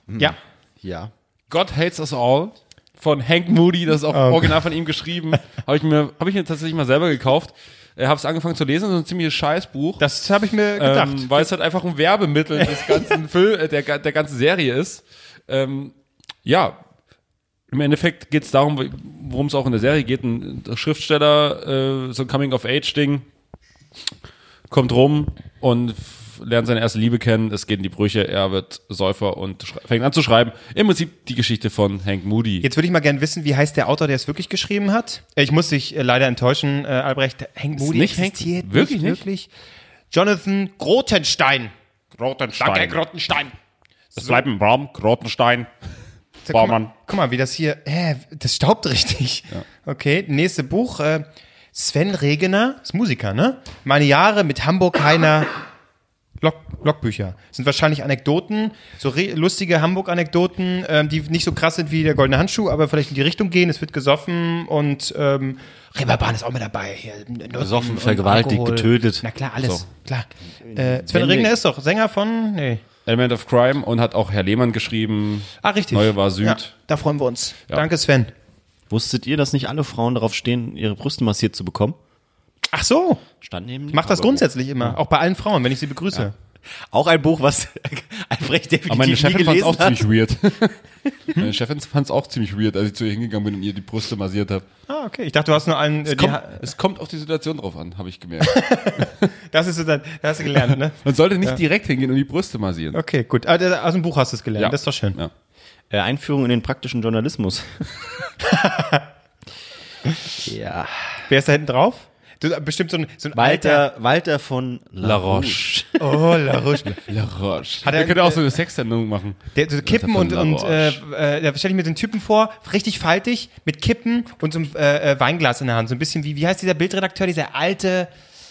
Ja. Ja. God Hates Us All von Hank Moody, das ist auch original von ihm geschrieben. Habe ich, mir, hab ich mir tatsächlich mal selber gekauft. Ich habe es angefangen zu lesen, so ein ziemliches Scheißbuch. Das habe ich mir gedacht. Ähm, weil es halt einfach ein Werbemittel des ganzen Film, äh, der, der ganzen Serie ist. Ähm, ja, im Endeffekt geht es darum, worum es auch in der Serie geht. Ein Schriftsteller, äh, so ein Coming-of-Age-Ding, kommt rum und f- lernt seine erste Liebe kennen. Es geht in die Brüche, er wird Säufer und schrei- fängt an zu schreiben. Im Prinzip die Geschichte von Hank Moody. Jetzt würde ich mal gerne wissen, wie heißt der Autor, der es wirklich geschrieben hat? Ich muss dich äh, leider enttäuschen, äh, Albrecht. Hank Moody nicht Hank- existiert wirklich nicht, nicht? wirklich. Jonathan Grotenstein. Grotenstein. Danke, Grotenstein. Es bleibt im Raum, Grotenstein. So, guck, mal, Baumann. guck mal, wie das hier, äh, das staubt richtig. Okay, nächste Buch, äh, Sven Regener, ist Musiker, ne? Meine Jahre mit Hamburg-Heiner Log Logbücher. Das sind wahrscheinlich Anekdoten, so re- lustige Hamburg-Anekdoten, ähm, die nicht so krass sind wie der goldene Handschuh, aber vielleicht in die Richtung gehen. Es wird gesoffen und ähm, Reeperbahn ist auch mit dabei. Hier, Besoffen, und vergewaltigt, Alkohol. getötet. Na klar, alles, So. klar. Äh, Sven Wenn Regener wir- ist doch Sänger von, nee. Element of Crime und hat auch Herr Lehmann geschrieben. Ah, richtig. Neue war Süd. Ja, da freuen wir uns. Ja. Danke, Sven. Wusstet ihr, dass nicht alle Frauen darauf stehen, ihre Brüste massiert zu bekommen? Ach so, Stand neben ich mach das Aber- grundsätzlich immer, auch bei allen Frauen, wenn ich sie begrüße. Auch ein Buch, was Albrecht definitiv Aber meine nie Chefin fand es gelesen auch hat. ziemlich weird. Meine Chefin fand es auch ziemlich weird, als ich zu ihr hingegangen bin und ihr die Brüste massiert habe. Ah, okay. Ich dachte, du hast nur einen. Äh, Es, die kommt- Ha- es kommt auf die Situation drauf an, habe ich gemerkt. das ist so dann, das hast du gelernt, ne? Man sollte nicht direkt hingehen und die Brüste massieren. Okay, gut. Ah, das- aus dem Buch hast du es gelernt. Ja. Das ist doch schön. Ja. Äh, Einführung in den praktischen Journalismus. ja. Wer ist da hinten drauf? Du, bestimmt so ein, so ein Walter, Walter von La Roche. alter. Oh, La Roche. La Roche. Hat er- Wir können auch so eine Sexsendung machen. Der, so Kippen von und, La und äh, Roche. äh, da stelle ich mir den Typen vor, richtig faltig, mit Kippen und so einem äh, äh, Weinglas in der Hand. So ein bisschen wie, wie heißt dieser Bildredakteur, dieser alte,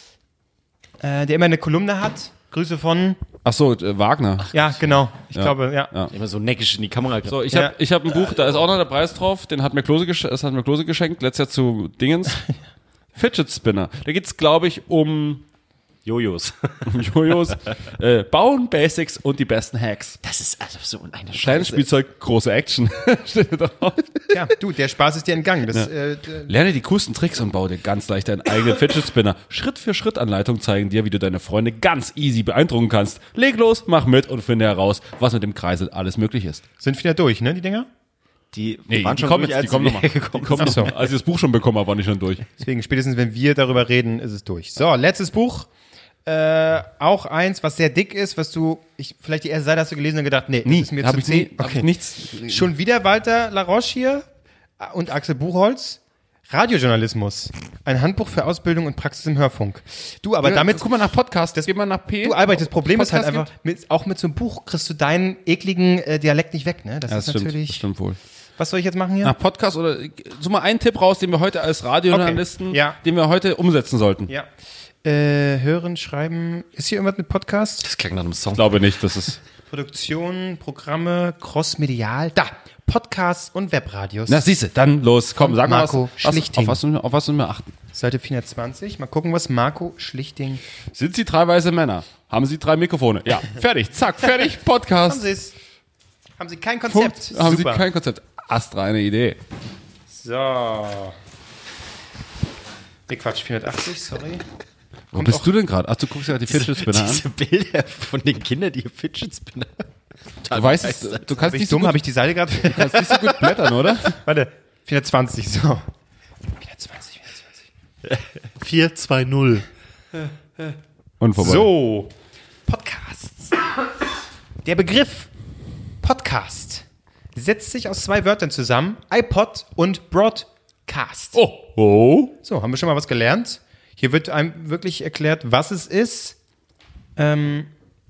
äh, der immer eine Kolumne hat? Grüße von. Ach so, äh, Wagner. Ja, genau. Ich Ja. glaube, ja. Ja. Immer so neckisch in die Kamera. So, ich Ja. habe ich hab ein Buch, da ist auch noch der Preis drauf, den hat mir Klose, gesch das hat mir Klose geschenkt, letztes Jahr zu Dingens. Fidget Spinner. Da geht's, glaube ich, um, Jojos. um Jojos, äh, Bauen, Basics und die besten Hacks. Das ist also so eine Kleines Scheiße. Spielzeug, große Action. Steht da drauf. Ja, du, der Spaß ist dir entgangen. Das, äh, d- Lerne die coolsten Tricks und baue dir ganz leicht deinen eigenen Fidget Spinner. Schritt für Schritt Anleitung zeigen dir, wie du deine Freunde ganz easy beeindrucken kannst. Leg los, mach mit und finde heraus, was mit dem Kreisel alles möglich ist. sind wieder durch, ne, die Dinger? Die Nee, waren die schon kommen durch, jetzt, als die kommen sie nochmal. Die hergekommen kommen sind. noch. Als ich das Buch schon bekommen habe, war ich schon durch. Deswegen, spätestens wenn wir darüber reden, ist es durch. So, letztes Buch. Äh, auch eins, was sehr dick ist, was du, ich, vielleicht die erste Seite hast du gelesen und gedacht, nee, das ist mir Hab zu ich nie, zäh. hab ich nichts. Schon wieder Walter Laroche hier und Axel Buchholz. Radiojournalismus. Ein Handbuch für Ausbildung und Praxis im Hörfunk. Du, aber Ja, damit, guck mal nach Podcast, das geht mal nach P. du, Albrecht, das Problem ist halt Podcast einfach, mit, auch mit so einem Buch kriegst du deinen ekligen äh, Dialekt nicht weg, ne? Das Ja, ist das stimmt, natürlich, das stimmt wohl. was soll ich jetzt machen hier? Nach Podcast oder so mal einen Tipp raus, den wir heute als Radiojournalisten, Okay, ja. den wir heute umsetzen sollten. Ja. Äh, hören, schreiben, ist hier irgendwas mit Podcast? Das klingt nach einem Song. Ich glaube nicht, das ist. Produktion, Programme, crossmedial, da, Podcasts und Webradios. Na, siehste, dann los, komm, sag mal, was, Marco was, Schlichting. auf, was, müssen wir- auf was müssen wir achten? Seite vierhundertzwanzig, mal gucken, was Marco Schlichting. Sind Sie drei weiße Männer? Haben Sie drei Mikrofone? Ja, fertig, zack, fertig, Haben Podcast. Sie es? Haben Sie kein Punkt. Konzept? Haben Super. Sie kein Konzept? Astreine Idee. So. Nee, Quatsch, vierhundertachtzig, sorry. Wo Kommt bist auch- du denn gerade? Ach, du guckst ja die Fidget Spinner an. Diese Bilder von den Kindern, die ihr Fidget Spinner. Du weißt es, du kannst Bin ich nicht so dumm, gut, habe ich die Seite gerade. kannst nicht so gut blättern, oder? Warte, vierhundertzwanzig, so. vierhundertzwanzig, vierhundertzwanzig. vier zwei null. Und vorbei. So, Podcasts. Der Begriff Podcast setzt sich aus zwei Wörtern zusammen, iPod und Broadcast. Oh, oh. So, haben wir schon mal was gelernt. Hier wird einem wirklich erklärt, was es ist. Ähm,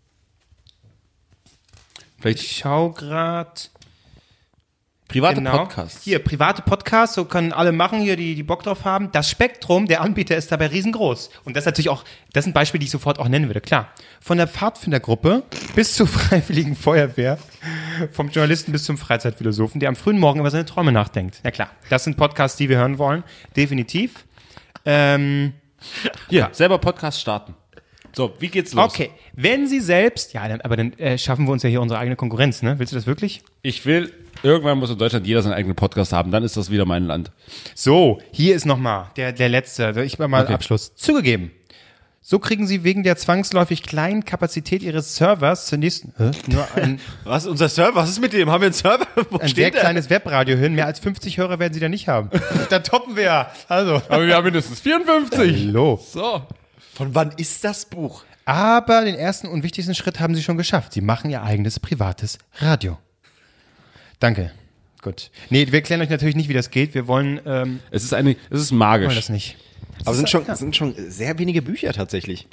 Vielleicht ich schau grad. private Genau. Podcasts. Hier, private Podcasts, so können alle machen hier, die, die Bock drauf haben. Das Spektrum der Anbieter ist dabei riesengroß. Und das ist natürlich auch, das sind Beispiele, die ich sofort auch nennen würde, klar. Von der Pfadfindergruppe bis zur Freiwilligen Feuerwehr, vom Journalisten bis zum Freizeitphilosophen, der am frühen Morgen über seine Träume nachdenkt. Ja klar, das sind Podcasts, die wir hören wollen, definitiv. Ähm, Hier, selber Podcast starten. So, wie geht's los? Okay, wenn Sie selbst, ja, dann, aber dann äh, schaffen wir uns ja hier unsere eigene Konkurrenz, ne? Willst du das wirklich? Ich will, irgendwann muss in Deutschland jeder seinen eigenen Podcast haben, dann ist das wieder mein Land. So, hier ist nochmal der, der letzte, also ich mache mal Okay. Abschluss. Zugegeben. So kriegen Sie wegen der zwangsläufig kleinen Kapazität Ihres Servers zunächst hä, nur ein, Was, unser Server? Was ist mit dem? Haben wir einen Server? Wo ein sehr kleines Webradio hin. Mehr als fünfzig Hörer werden Sie da nicht haben. Da toppen wir ja. Also, Aber wir haben mindestens vierundfünfzig. hallo. So. Von wann ist das Buch? Aber den ersten und wichtigsten Schritt haben Sie schon geschafft. Sie machen Ihr eigenes privates Radio. Danke. Gut. Nee, wir erklären euch natürlich nicht, wie das geht. Wir wollen, ähm, Es ist eine, es ist wollen magisch. das nicht. Aber es sind schon, es sind schon sehr wenige Bücher tatsächlich.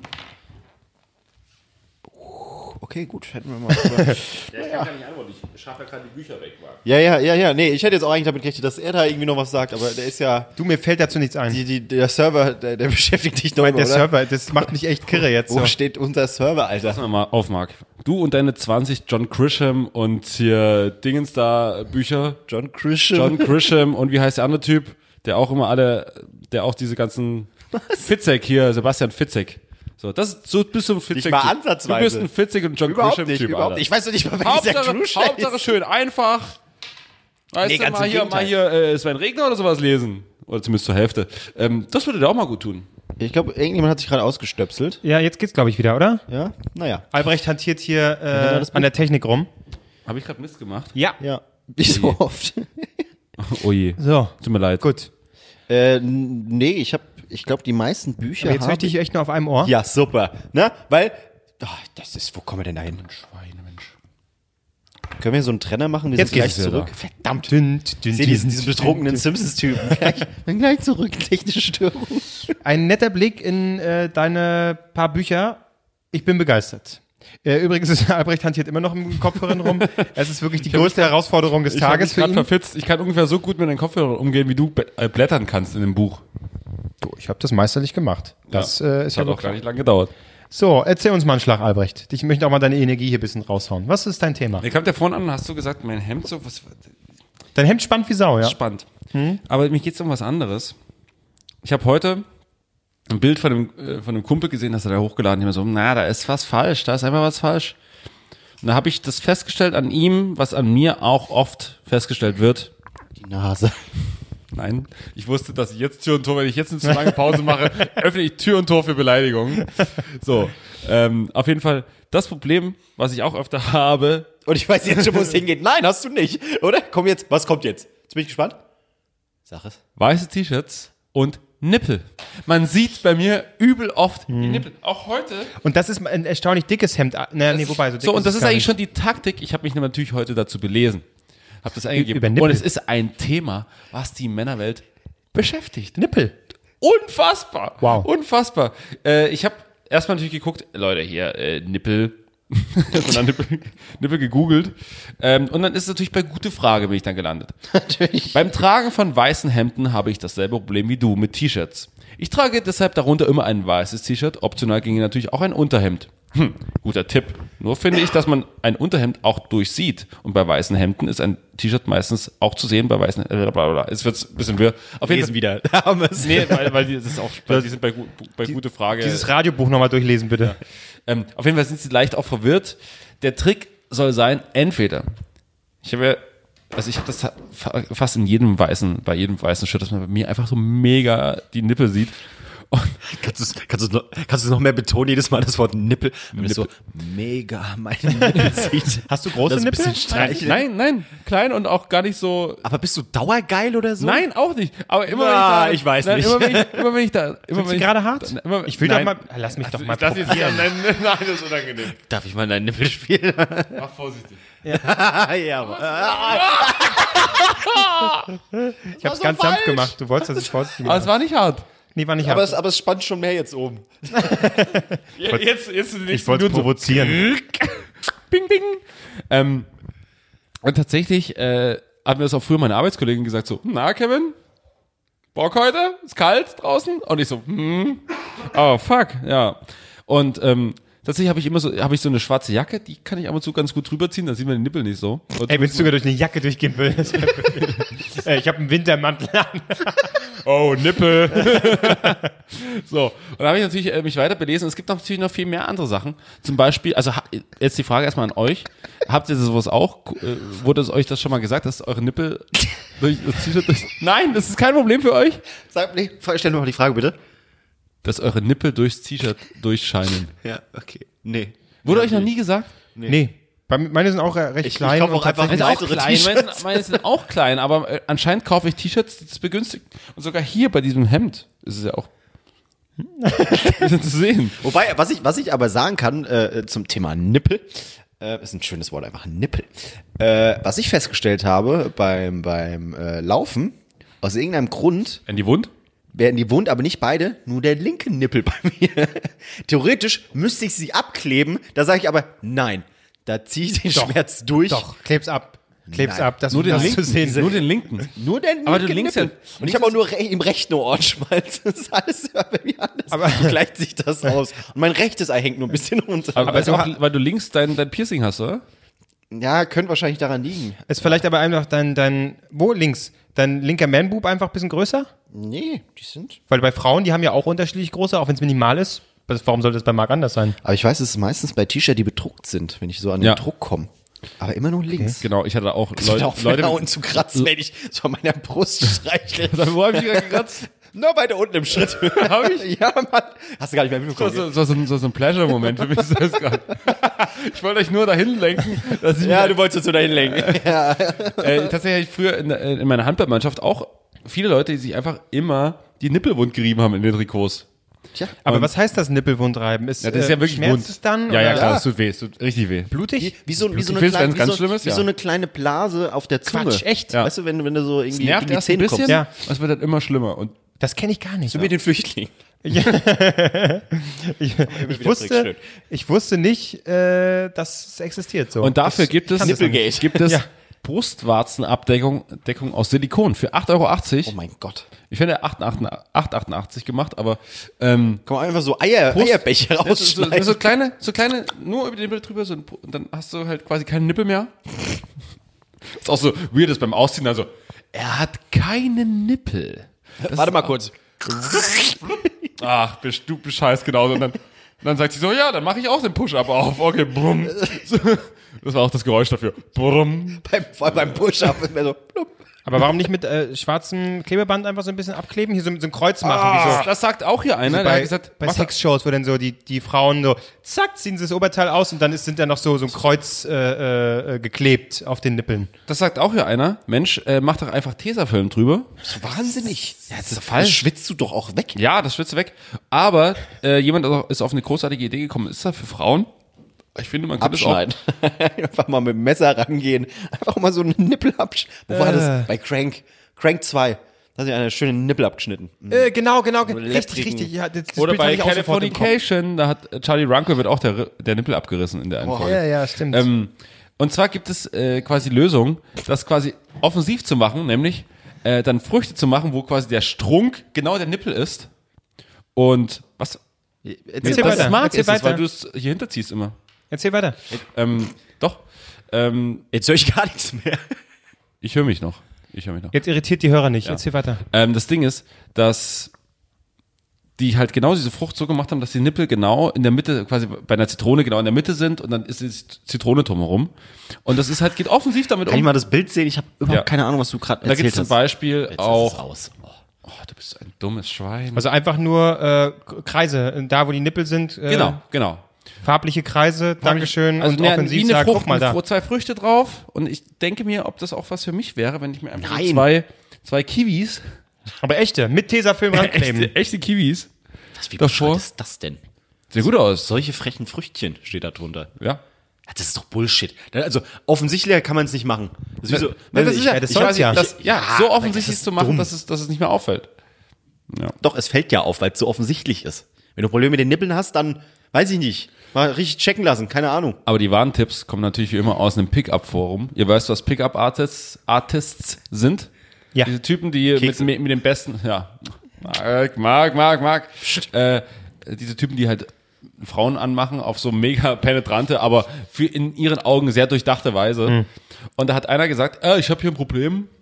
Okay, gut, hätten wir mal. ja, ja, ja, ja. Nee, ich hätte jetzt auch eigentlich damit gerechnet, dass er da irgendwie noch was sagt, aber der ist ja. Du, mir fällt dazu nichts ein. Die, die, der Server, der, der beschäftigt dich noch der immer, oder? Server, das macht mich echt kirre jetzt. Wo So. steht unser Server, Alter? Pass mal auf, Marc. Du und deine zwanzig John Grisham und hier Dingens da Bücher. John Grisham. John Grisham und wie heißt der andere Typ, der auch immer alle, der auch diese ganzen Fitzek hier, Sebastian Fitzek. So, das ist, so bist du ein Fitzek. Nicht mal ansatzweise. Du bist ein Fitzek und John Überhaupt Grisham nicht, Typ, überhaupt Alter. nicht. Ich weiß doch nicht mal, wer dieser Hauptsache, Grisham Hauptsache ist. schön einfach. Weißt Nee, du, ganz mal im hier, Gegenteil. mal hier äh, Sven Regner oder sowas lesen. Oder zumindest zur Hälfte. Ähm, das würde dir auch mal gut tun. Ich glaube, irgendjemand hat sich gerade ausgestöpselt. Ja, jetzt geht's, glaube ich, wieder, oder? Ja, naja. Albrecht hantiert hier äh, das an der Technik rum. Habe ich gerade Mist gemacht? Ja. Ja. Nicht so oft. Oh je. So, Tut mir leid. gut. äh, n- nee, ich habe, ich glaube, die meisten Bücher Aber jetzt haben... möchte ich echt nur auf einem Ohr. Ja, super. Ne? Weil, oh, das ist, wo kommen wir denn da hin? Schweine, Mensch. Können wir so einen Trenner machen? Wir Jetzt sind gleich geht's ja zurück. da. Verdammt. Dünn, dünn, Ich sehe diesen, dünn, diesen dünn, betrunkenen dünn. Simpsons-Typen. gleich, dann gleich zurück, technische Störung. Ein netter Blick in äh, deine paar Bücher. Ich bin begeistert. Äh, übrigens ist Albrecht hantiert immer noch im Kopfhörern rum. Es ist wirklich die größte Herausforderung des Ich habe Tages mich für gerade ihn. verfitzt. Ich kann ungefähr so gut mit den Kopfhörern umgehen, wie du bl- äh, blättern kannst in dem Buch. Du, ich habe das meisterlich gemacht. Das äh, ist Hat ja auch wohl gar klar. nicht lange gedauert. So, erzähl uns mal einen Schlag, Albrecht. Ich möchte auch mal deine Energie hier ein bisschen raushauen. Was ist dein Thema? Mir kam der vorhin an und hast du gesagt, mein Hemd so, was Dein Hemd spannt wie Sau, ja? spannend. Aber mir geht's um was anderes. Ich habe heute ein Bild von einem, äh, von einem Kumpel gesehen, das hat er hochgeladen. Ich mir so, na, da ist was falsch, da ist einfach was falsch. Und da habe ich das festgestellt an ihm, was an mir auch oft festgestellt wird. Die Nase. Nein, ich wusste, dass ich jetzt Tür und Tor, wenn ich jetzt eine zu lange Pause mache, öffne ich Tür und Tor für Beleidigungen. So, ähm, auf jeden Fall das Problem, was ich auch öfter habe. Und ich weiß jetzt schon, wo es hingeht. Nein, hast du nicht. Oder? Komm jetzt. Was kommt jetzt? Jetzt bin ich gespannt. Sag es. Weiße T-Shirts und Nippel. Man sieht bei mir übel oft die Nippel. Auch heute. Und das ist ein erstaunlich dickes Hemd. Naja, nee, wobei, so dick So, und das es ist gar eigentlich nicht. schon die Taktik. Ich habe mich natürlich heute dazu belesen. Habe das eingegeben. über Nippel. Und es ist ein Thema, was die Männerwelt beschäftigt. Nippel. Unfassbar. Wow. Unfassbar. Äh, ich habe erstmal natürlich geguckt, Leute, hier, äh, Nippel. und dann Nippel, Nippel gegoogelt. Ähm, und dann ist es natürlich bei gute Frage bin ich dann gelandet. Natürlich. Beim Tragen von weißen Hemden habe ich dasselbe Problem wie du mit T-Shirts. Ich trage deshalb darunter immer ein weißes T-Shirt. Optional ginge natürlich auch ein Unterhemd. Hm, guter Tipp. Nur finde ich, dass man ein Unterhemd auch durchsieht. Und bei weißen Hemden ist ein T-Shirt meistens auch zu sehen, bei weißen, äh, bla bla bla. Es wird ein bisschen wirr. Auf jeden Lesen wieder. Da haben wir es. Nee, weil, weil die, das ist auch, weil die sind bei, gu- bei gute Frage. Dieses Radiobuch nochmal durchlesen, bitte. Ähm, auf jeden Fall sind sie leicht auch verwirrt. Der Trick soll sein, entweder, ich habe ja, also ich habe das fa- fast in jedem weißen, bei jedem weißen Shirt, dass man bei mir einfach so mega die Nippel sieht. Und Kannst du es kannst du's noch, kannst du's noch mehr betonen, jedes Mal das Wort Nippel? Wenn es so mega meine Nippel sieht. Hast du große Das ein bisschen Nippel? streicheln. nein, nein, klein und auch gar nicht so. Aber bist du dauergeil oder so? Nein, auch nicht. Aber immer Na, wenn ich da, ich weiß nein, nicht. Immer wenn ich, immer wenn ich da, immer Sind wenn sie ich, gerade hart? Immer, Ich will nein. doch mal, lass mich doch mal Das jetzt, probieren. nein, nein, nein, das ist unangenehm. Darf ich mal deinen Nippel spielen? Mach vorsichtig. ja, aber. Ich hab's ganz sanft gemacht. Du wolltest, dass ich vorsichtig Aber es mache. war nicht hart. Nee, war nicht Aber hart. es, aber es spannt schon mehr jetzt oben. Jetzt, jetzt in den Ich nächsten wollte es Minuten so. provozieren. Bing, bing. Ähm, und tatsächlich äh, hat mir das auch früher meine Arbeitskollegin gesagt, so, na Kevin, Bock heute? Ist kalt draußen? Und ich so, hm, oh fuck, ja. Und ähm, tatsächlich habe ich immer so, habe ich so eine schwarze Jacke, die kann ich ab und zu ganz gut drüber ziehen, dann sieht man den Nippel nicht so. Und Ey, willst du sogar durch eine Jacke durchgehen will? Das wär- Äh, ich habe einen Wintermantel an. Oh, Nippel. So, und da habe ich natürlich äh, mich weiter belesen. Es gibt noch natürlich noch viel mehr andere Sachen. Zum Beispiel, also ha- jetzt die Frage erstmal an euch. Habt ihr sowas auch? Äh, wurde es euch das schon mal gesagt, dass eure Nippel durch das T-Shirt durch... Nein, das ist kein Problem für euch. Sag, nee, stell mir mal die Frage, bitte. Dass eure Nippel durchs T-Shirt durchscheinen. Ja, okay. Nee. Wurde euch noch nie gesagt? Nee. Bei, meine sind auch äh, recht Ich- ich klein. kauf und auch einfach tatsächlich- Meine sind auch Weitere klein, meine T-Shirts. sind, meine sind auch klein, aber äh, anscheinend kaufe ich T-Shirts, das begünstigt. Und sogar hier bei diesem Hemd ist es ja auch bisschen zu sehen. Wobei, was ich, was ich aber sagen kann äh, zum Thema Nippel, äh, ist ein schönes Wort, einfach Nippel. Äh, was ich festgestellt habe beim, beim äh, Laufen, aus irgendeinem Grund In die Wund? werden die wund, aber nicht beide, nur der linke Nippel bei mir. Theoretisch müsste ich sie abkleben, da sage ich aber, nein, da ziehe ich den Doch, Schmerz durch. Doch, kleb's ab. Kleb's Nein. ab, dass Nur du den das linken, zu sehen nur den linken. Nur der Aber du linke links Nippel. ja- Und ich habe auch nur re im rechten Ohr Ohrenschmalz. Das ist alles immer bei mir anders. Aber- so gleicht sich das aus. Und mein rechtes Ei hängt nur ein bisschen runter. Aber, Aber so auch, ha- weil du links dein, dein Piercing hast, oder? ja, könnte wahrscheinlich daran liegen. Ist vielleicht aber einfach dein, dein, wo links? Dein linker Man-Boob einfach ein bisschen größer? Nee, die sind. Weil bei Frauen, die haben ja auch unterschiedlich große, auch wenn es minimal ist. Das- Warum sollte es bei Marc anders sein? Aber ich weiß, es ist meistens bei T-Shirts, die bedruckt sind, wenn ich so an den Ja. Druck komme. Aber immer nur links. Genau, ich hatte auch Leute, Leute. auch Leute da unten zu kratzen, wenn ich so an meiner Brust streichle. Wo hab ich gerade gekratzt? Nur weiter unten im Schritt. Hab ich? Ja, Mann. Hast du gar nicht mehr Das mitbekommen. war so, so, so, so ein Pleasure-Moment für mich selbst gerade. Ich wollte euch nur dahin lenken, dass ich Ja, mir, du wolltest so dahin lenken. äh, tatsächlich hatte ich früher in, der- in meiner Handballmannschaft auch viele Leute, die sich einfach immer die Nippel wund gerieben haben in den Trikots. Tja, Aber was heißt das Nippelwundreiben? Ist, Ja, das ist ja wirklich schmerzt wund. es dann? Ja, ja, oder- klar, es tut weh, es tut richtig weh. Blutig? wie so, wie so, eine, Willst du, kleine, wenn's ganz wie so, schlimm ist? wie Ja. so eine kleine Blase auf der Zunge. Quatsch, echt? Ja. Weißt du, wenn, du- wenn du so irgendwie Nervt gegen die erst ein Zähne bisschen, kommst. Ja. es wird dann immer schlimmer. Und Das kenne ich gar nicht. So wie den Flüchtling. Ich, ich, wusste, ich wusste nicht, äh, dass es existiert. So. Und dafür Das- gibt ich es, kann das noch nicht. Nipplegate. gibt es Ja. Brustwarzenabdeckung Deckung aus Silikon für acht Euro achtzig. Oh mein Gott. Ich finde acht Euro achtundachtzig gemacht, aber ähm, Kann man einfach so Eier, Brust- Eierbecher das ist so, rausschneiden. so kleine, so kleine, nur über den Nippel drüber, so ein, Po- und dann hast du halt quasi keinen Nippel mehr. Ist auch so weird, ist beim Ausziehen, also er hat keine Nippel. Das Warte ist- mal kurz. Ach, bist du bescheißt genauso. Und dann, und dann sagt sie so, ja, dann mache ich auch den Push-Up auf. Okay, brumm. So, das war auch das Geräusch dafür. Brumm. Beim, vor allem beim Push-Up ist mir so. Plupp. Aber warum nicht mit äh, schwarzem Klebeband einfach so ein bisschen abkleben? Hier so, so ein Kreuz machen. wie so, Das, das sagt auch hier einer. so der hat bei, gesagt, bei mach doch- Sexshows, wo dann so die, die Frauen so, zack, ziehen sie das Oberteil aus und dann ist, sind da noch so, so ein Kreuz äh, äh, geklebt auf den Nippeln. das sagt auch hier einer. Mensch, äh, mach doch einfach Tesafilm drüber. So wahnsinnig. Ja, das, ist falsch. Das schwitzt du doch auch weg. Ja, das schwitzt weg. Aber äh, jemand ist auf eine großartige Idee gekommen. Ist das für Frauen? Ich finde, man könnte es auch. Abschneiden. Einfach mal mit dem Messer rangehen. Einfach mal so einen Nippel abschneiden. Wo war das? Bei Crank. Crank zwei. Da hat sich eine schöne Nippel abgeschnitten. Äh, genau, genau, richtig, Lapprigen. richtig. Ja, das, das Oder Bild hab bei ich auch sofort im Kopf. Californication, da hat äh, Charlie Runkel wird auch der, der Nippel abgerissen in der einen Folge. Ja, ja, stimmt. Ähm, und zwar gibt es äh, quasi Lösungen, das quasi offensiv zu machen, nämlich äh, dann Früchte zu machen, wo quasi der Strunk genau der Nippel ist. Und was, Erzähl was weiter, mag erzähl ist es, weil weiter. du es hier hinterziehst immer. Erzähl weiter. Ähm, doch. Ähm, Jetzt höre ich gar nichts mehr. ich höre mich noch. Ich höre mich noch. Jetzt irritiert die Hörer nicht. Erzähl weiter. Ähm, das Ding ist, dass die halt genau diese Frucht so gemacht haben, dass die Nippel genau in der Mitte, quasi bei einer Zitrone genau in der Mitte sind und dann ist die Zitrone drumherum. Und das ist halt, geht offensiv damit Kann ich um. mal das Bild sehen? Ich habe überhaupt Ja. keine Ahnung, was du gerade Da gibt erzählt es zum hast. Beispiel Jetzt ist es auch, aus. Oh. oh, du bist ein dummes Schwein. Also einfach nur äh, Kreise, da wo die Nippel sind. Äh, genau, genau. Farbliche Kreise, Dankeschön. Also und ne, offensiv wie eine sagen, Frucht, guck mal da. mit zwei Früchte drauf und ich denke mir, ob das auch was für mich wäre, wenn ich mir einfach so Nein. zwei, zwei Kiwis, Aber echte, mit Tesafilm rankleben. echte, echte Kiwis, Was, wie davor. bescheuert ist das denn? sehr gut aus. Solche frechen Früchtchen steht da drunter. Ja. Ja, das ist doch Bullshit. Also offensichtlicher kann man es nicht machen. Das ist wie so, Ja, das ist ja, ja, das ich soll's weiß ja. nicht, das, ja, Ja, so aber offensichtlich das ist zu machen, dumm. dass es, dass es nicht mehr auffällt. Doch, es fällt ja auf, weil es so offensichtlich ist. Wenn du Probleme mit den Nippeln hast, dann weiß ich nicht. Mal richtig checken lassen, keine Ahnung. Aber die wahren Tipps kommen natürlich wie immer aus einem Pickup-Forum. Ihr weißt, was Pickup-Artists Artists sind? Ja. Diese Typen, die mit, Kekse. mit, mit den besten, ja, Mark, Mark, Mark, Mark, äh, diese Typen, die halt Frauen anmachen auf so mega penetrante, aber für in ihren Augen sehr durchdachte Weise. Und da hat einer gesagt, äh, ich habe hier ein Problem.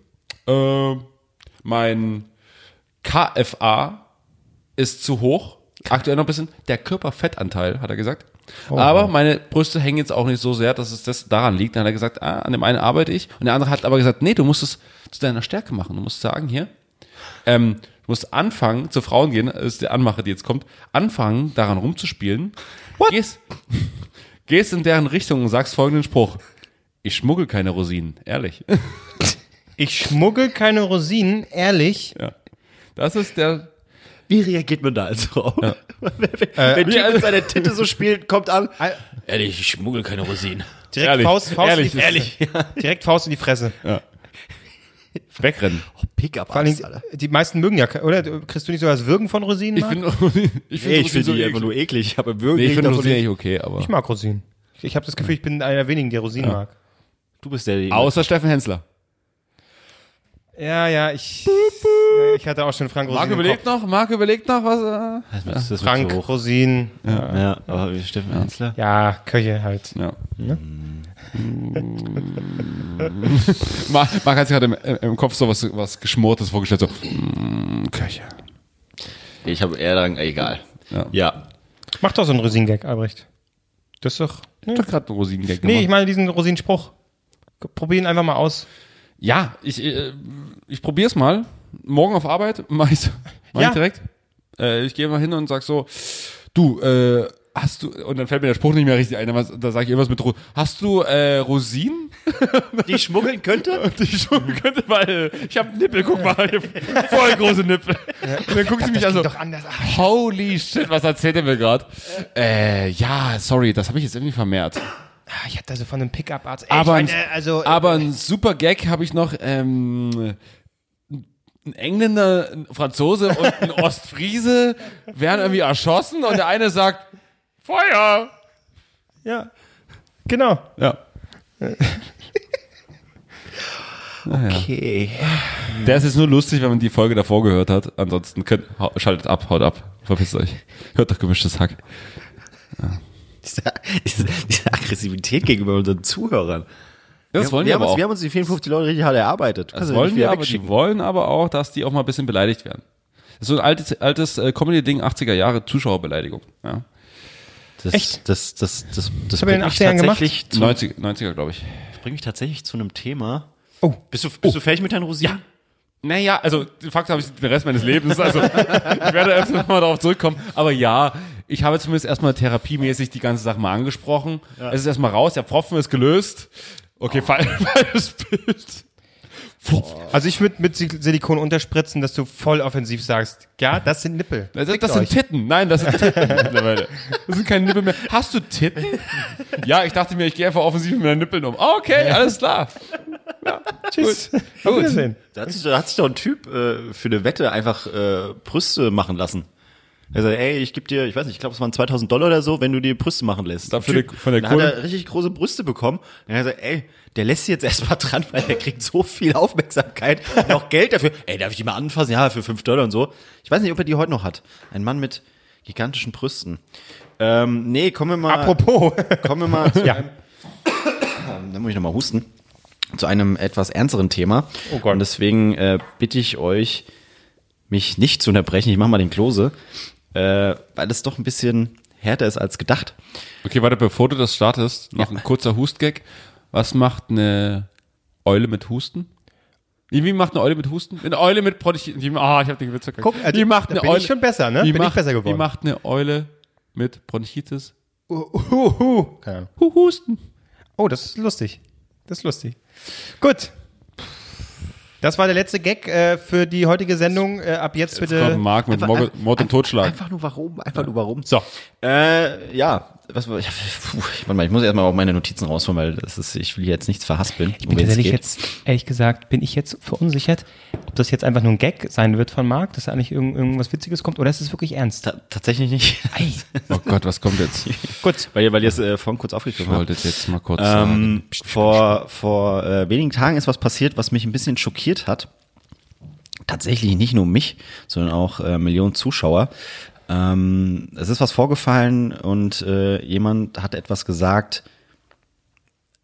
äh, mein K F A ist zu hoch. Aktuell noch ein bisschen. Der Körperfettanteil, hat er gesagt. Oh, aber meine Brüste hängen jetzt auch nicht so sehr, dass es das daran liegt. Dann hat er gesagt, ah, an dem einen arbeite ich. Und der andere hat aber gesagt, nee, du musst es zu deiner Stärke machen. Du musst sagen, hier, ähm, du musst anfangen, zu Frauen gehen, das ist die Anmache, die jetzt kommt, anfangen, daran rumzuspielen. What? Gehst, gehst in deren Richtung und sagst folgenden Spruch. Ich schmuggel keine Rosinen, ehrlich. Ich schmuggel keine Rosinen, ehrlich? Ja. Das ist der... Wie reagiert man da also drauf? Ja. wenn äh, wenn Typ mit seiner Titte so spielt, kommt an. Ehrlich, ich schmuggel keine Rosinen. Direkt ehrlich, Faust, Faust ehrlich, in die Fresse. Ja. Direkt Faust in die Fresse. Ja. Wegrennen. Oh, Pickup, Vor allem, die meisten mögen ja, oder? Kriegst du nicht so das Würgen von Rosinen? Ich finde Rosinen, ich find nee, Rosinen ich finde so die eklig. einfach nur eklig. Aber Würgen nee, ich finde davon Rosinen nicht. eigentlich okay, aber... Ich mag Rosinen. Ich, ich habe das Gefühl, ich bin einer der wenigen, der Rosinen Ja. mag. Du bist der, Außer Steffen Hensler. Ja, ja, ich, ja, ich hatte auch schon Frank Rosinen. Marc überlegt noch, Marc überlegt noch, was... Äh, Das ist Frank so hoch. Rosinen. Ja, ja, aber wie Steffen Hensler. Ja, Köche halt. ja. Ne? Marc, Marc hat sich gerade im, im Kopf so was, was Geschmortes vorgestellt, so, mm, Köche. Ich habe eher dann, egal. Ja. Ja. Mach doch so einen Rosinen-Gag, Albrecht. Das ist doch... Ich hab doch gerade einen Rosinen-Gag Nee, ich gemacht. meine diesen Rosinenspruch. Probier ihn einfach mal aus. Ja, ich, äh, ich probier's mal. Morgen auf Arbeit mach ich, mach Ja. ich direkt. Äh, ich gehe mal hin und sag so, du, äh, hast du, und dann fällt mir der Spruch nicht mehr richtig ein, aber da sage ich irgendwas mit, Ro- hast du äh, Rosinen? Die ich schmuggeln könnte? Die ich schon könnte, weil ich habe Nippel, guck mal, ich hab voll große Nippel. Und dann guckt sie mich an so, doch anders. Ach, holy shit, was erzählt er mir gerade? Äh, ja, sorry, das habe ich jetzt irgendwie vermehrt. ich hatte also von einem Pickup-Arzt. Ey, Aber, ich meine, ein, also, aber ein super Gag habe ich noch, ähm, ein Engländer, ein Franzose und ein Ostfriese werden irgendwie erschossen und der eine sagt, Feuer! ja, genau. Ja. Okay. Der ist jetzt nur lustig, wenn man die Folge davor gehört hat. Ansonsten könnt, hau- schaltet ab, haut ab, verpisst euch. Hört doch gemischtes Hack. Diese, diese, diese Aggressivität gegenüber unseren Zuhörern. Das wir, wollen wir, die haben aber uns, auch. wir haben uns die vierundfünfzig Leute richtig hart erarbeitet. Du Das kannst ja wollen nicht wir wieder aber, die wegschicken. wollen aber auch, dass die auch mal ein bisschen beleidigt werden. Das ist so ein altes, altes äh, Comedy-Ding, achtziger Jahre, Zuschauerbeleidigung. Ja. Das, Echt? Das, das, das, das, haben wir in den bringt mich achtzigern gemacht? tatsächlich zu, neunziger, neunziger glaube ich. das bringt mich tatsächlich zu einem Thema. Oh. Bist du, bist du fertig mit deinen Rosinen? Naja, also de facto habe ich den Rest meines Lebens, also ich werde öfter nochmal darauf zurückkommen. Aber ja, ich habe zumindest erstmal therapiemäßig die ganze Sache mal angesprochen. Es ist erstmal raus, der Pfropfen ist gelöst. Okay, fall- falsches Bild. Also ich würde mit Sil- Silikon unterspritzen, dass du voll offensiv sagst, ja, das sind Nippel. Das, Fickt das sind euch. Titten. Nein, das sind Titten mittlerweile. Das sind keine Nippel mehr. Hast du Titten? Ja, ich dachte mir, ich gehe einfach offensiv mit meinen Nippeln um. Okay, alles klar. Tschüss. Gut. Auf Wiedersehen. Da hat sich, da hat sich doch ein Typ äh, für eine Wette einfach äh, Brüste machen lassen. Er sagt, ey, ich gebe dir, ich weiß nicht, ich glaube, es waren zweitausend Dollar oder so, wenn du dir Brüste machen lässt. Dafür Typ, die- von der dann hat Kohle? er richtig große Brüste bekommen. Und er sagt, ey, der lässt sie jetzt erstmal dran, weil der kriegt so viel Aufmerksamkeit und auch Geld dafür. Ey, darf ich die mal anfassen? Ja, für fünf Dollar und so. Ich weiß nicht, ob er die heute noch hat. Ein Mann mit gigantischen Brüsten. Ähm, nee, kommen wir mal. Apropos. Kommen wir mal zu Ja. einem, dann muss ich nochmal husten, zu einem etwas ernsteren Thema. Oh Gott. Und deswegen äh, bitte ich euch, mich nicht zu unterbrechen. Ich mache mal den Klose, äh, weil das doch ein bisschen härter ist als gedacht. Okay, warte, bevor du das startest, noch ein kurzer Hustgag. Was macht eine Eule mit Husten? Wie macht eine Eule mit Husten? Eine Eule mit Bronchitis. Ah, ich habe den Witz verkackt. Guck, äh, Wie macht da eine bin ich Eule, schon besser, ne? Wie Bin ich macht, besser geworden. Wie macht eine Eule mit Bronchitis? Uh, uh, uh. Keine Ahnung. Hu- Husten. Oh, das ist lustig. Das ist lustig. Gut. Das war der letzte Gag äh, für die heutige Sendung. Äh, ab jetzt Kommt bitte. Marc mit Einfach- Mord, Mord und Totschlag. Einfach nur warum, einfach nur warum. So. Äh, ja, was war, ich, puh, ich, warte mal, ich muss erstmal auch meine Notizen rausholen, weil das ist, ich will hier jetzt nichts verhaspeln. Ich bin tatsächlich jetzt, ehrlich gesagt, bin ich jetzt verunsichert, ob das jetzt einfach nur ein Gag sein wird von Marc, dass da eigentlich irgend, irgendwas Witziges kommt, oder ist es wirklich ernst? Ta- tatsächlich nicht. Ei. Oh Gott, was kommt jetzt? Gut. weil ihr, weil ihr es äh, vorhin kurz Ich aufgegriffen habt. wollte es jetzt mal kurz Ähm, sagen. vor vor äh, wenigen Tagen ist was passiert, was mich ein bisschen schockiert hat. Tatsächlich nicht nur mich, sondern auch äh, Millionen Zuschauer. Ähm, es ist was vorgefallen und äh, jemand hat etwas gesagt,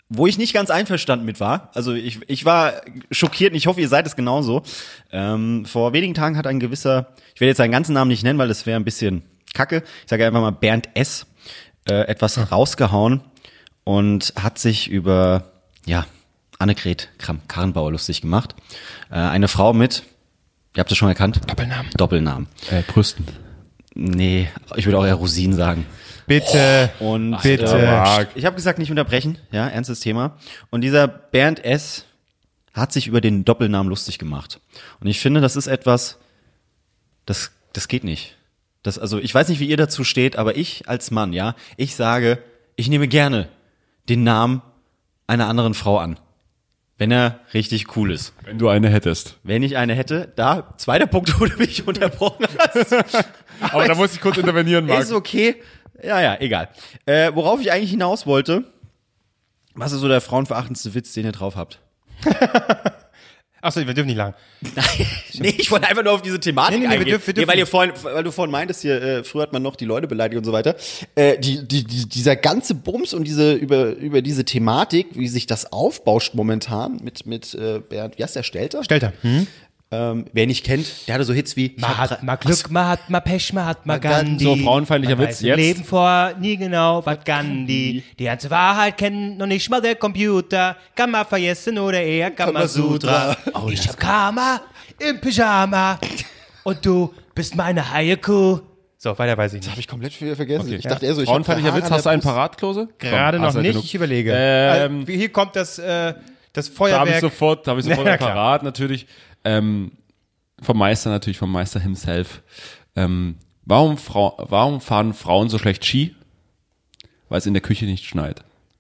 wo ich nicht ganz einverstanden mit war. Also ich, ich war schockiert und ich hoffe, ihr seid es genauso. Ähm, vor wenigen Tagen hat ein gewisser, ich werde jetzt seinen ganzen Namen nicht nennen, weil das wäre ein bisschen kacke. Ich sage einfach mal Bernd S. Äh, etwas hm. rausgehauen und hat sich über, ja, Annegret Kramp-Karrenbauer lustig gemacht. Äh, eine Frau mit, ihr habt es schon erkannt? Doppelnamen. Doppelnamen. Äh, Brüsten. Nee, ich würde auch eher Rosinen sagen. Bitte. Und Bitte. Äh, ich habe gesagt, nicht unterbrechen, ja, ernstes Thema. Und dieser Bernd S. hat sich über den Doppelnamen lustig gemacht. Und ich finde, das ist etwas, das, das geht nicht. Das, also ich weiß nicht, wie ihr dazu steht, aber ich als Mann, ja, ich sage, ich nehme gerne den Namen einer anderen Frau an, wenn er richtig cool ist. Wenn du eine hättest. Wenn ich eine hätte, da, zweiter Punkt, wo du mich unterbrochen hast. Aber, aber da muss ich kurz intervenieren, Marc. Ist okay. Ja, ja, egal. Äh, worauf ich eigentlich hinaus wollte, was ist so der frauenverachtendste Witz, den ihr drauf habt? Achso, wir dürfen nicht lang. Nein, nee, ich wollte einfach nur auf diese Thematik Nee, nee, nee, wir eingehen. dürfen- wir Nee, weil, ihr dürfen- vorhin, weil du vorhin meintest, hier, äh, früher hat man noch die Leute beleidigt und so weiter. Äh, die, die, die, dieser ganze Bums und diese, über, über diese Thematik, wie sich das aufbauscht momentan mit, mit äh, Bernd, wie heißt der, Stelter? Stelter. Hm? Ähm, wer ihn nicht kennt, der hatte so Hits wie, ich Man hab hat grad- mal Glück, man hat mal Pech, man hat mal Gandhi. So, frauenfeindlicher Man Witz weiß im jetzt. Leben vor nie genau, was Gandhi. Die ganze Wahrheit kennt noch nicht mal der Computer. Kann man vergessen oder eher Kamasutra. Oh, ich hab Karma im Pyjama und du bist meine Haie-Kuh. So, weiter weiß ich nicht. Hab ich komplett viel vergessen. Okay. Ich dachte eher so, ich Frauenfeindlicher hab Witz, Haare hast du an einen der Brust. parat, Klose? Gerade Komm, noch hast du nicht, genug. ich überlege. Ähm, also, hier kommt das, äh, das Da habe Feuerwerk. ich sofort, da habe ich sofort Na einen klar. parat, natürlich. Ähm, vom Meister natürlich, vom Meister himself. Ähm, warum, Frau, warum fahren Frauen so schlecht Ski? Weil es in der Küche nicht schneit.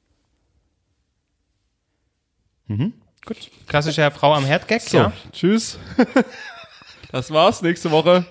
Gut. Klassischer Frau am Herd-Gag, So, ja. tschüss. Das war's. Nächste Woche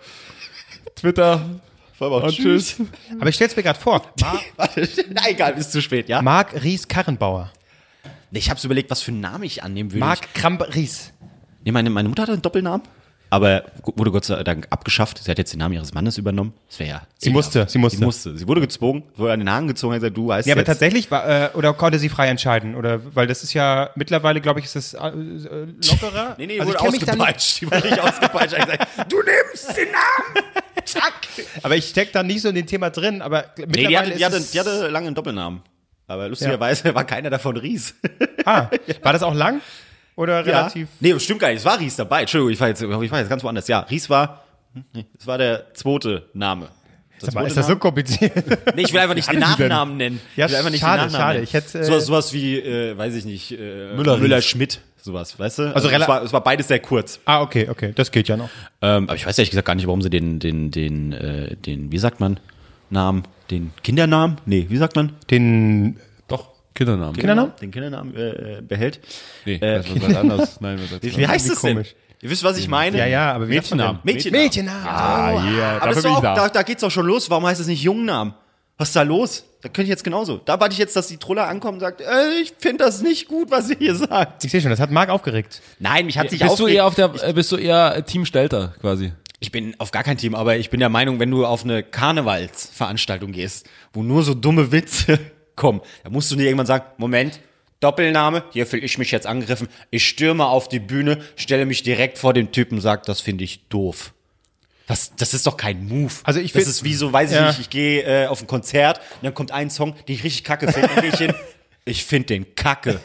Twitter und tschüss. Aber ich stell's mir gerade vor. Mar Warte, na egal, ist zu spät, ja? Marc Ries-Karrenbauer. Ich hab's überlegt, was für einen Namen ich annehmen würde. Marc Kramp-Ries. Nee, meine, meine Mutter hatte einen Doppelnamen, aber wurde Gott sei Dank abgeschafft. Sie hat jetzt den Namen ihres Mannes übernommen. Das wäre ja. Sie musste, sie musste. Sie musste. Sie wurde gezwungen, wurde an den Haaren gezogen, hat gesagt, du heißt Ja, aber jetzt. tatsächlich war, äh, oder konnte sie frei entscheiden? Oder, weil das ist ja, mittlerweile, glaube ich, ist das äh, äh, lockerer. Nee, nee, also wurde ich kenn mich da nicht, ausgepeitscht. Die wurde nicht ausgepeitscht. Hat gesagt, du nimmst den Namen! Zack! aber ich steck da nicht so in dem Thema drin, aber Nee, mittlerweile die hatte, ist die, hatte, es, die hatte lange einen Doppelnamen. Aber lustigerweise war keiner davon Ries. ah, war das auch lang? Oder relativ? Ja. Nee, stimmt gar nicht. Es war Ries dabei. Entschuldigung, ich war jetzt, ich war jetzt ganz woanders. Ja, Ries war, nee, das war der zweite Name. Das Sag mal, zweite ist das so Name? kompliziert? Nee, ich will einfach nicht den Hatte sie denn? Nachnamen nennen. Ja, ich will einfach nicht schade, den Nachnamen schade. nennen. Ich hätte, äh, sowas, sowas wie, äh, weiß ich nicht, äh, Müller-Ries. Müller-Schmidt, sowas, weißt du? Also es, rela- war, es war beides sehr kurz. ah, okay, okay, das geht ja noch. Ähm, aber ich weiß ehrlich gesagt gar nicht, warum sie den, den, den, äh, den, wie sagt man, Namen, den Kindernamen? Nee, wie sagt man? Den, Doch, Kindernamen. Kindernamen? Den Kindernamen äh, behält. Nee, Äh, das ist was anderes. Nein, was Wie, wie heißt Wie es denn? komisch. Ihr wisst, was ich meine? ja, ja, aber wie sagt man denn? Mädchennamen. Mädchennamen. Ah, yeah, Aber dafür ist bin doch ich auch, da. da, da geht's doch schon los. Warum heißt es nicht Jungnamen? Was ist da los? Da könnte ich jetzt genauso. Da warte ich jetzt, dass die Truller ankommt und sagt, äh, ich finde das nicht gut, was ihr hier sagt. Ich sehe schon, das hat Marc aufgeregt. Nein, mich hat sich Bist du aufgeregt. eher auf der, äh, bist du eher Team Stelter quasi? Ich bin auf gar kein Team, aber ich bin der Meinung, wenn du auf eine Karnevalsveranstaltung gehst, wo nur so dumme Witze kommen, dann musst du dir irgendwann sagen, Moment, Doppelname, hier fühle ich mich jetzt angegriffen, ich stürme auf die Bühne, stelle mich direkt vor den Typen und sage, das finde ich doof. Das, das ist doch kein Move. Also ich das find- ist wie so, weiß ich Ja. nicht, ich gehe äh, auf ein Konzert und dann kommt ein Song, den ich richtig kacke finde, und gehe ich hin, ich finde den kacke.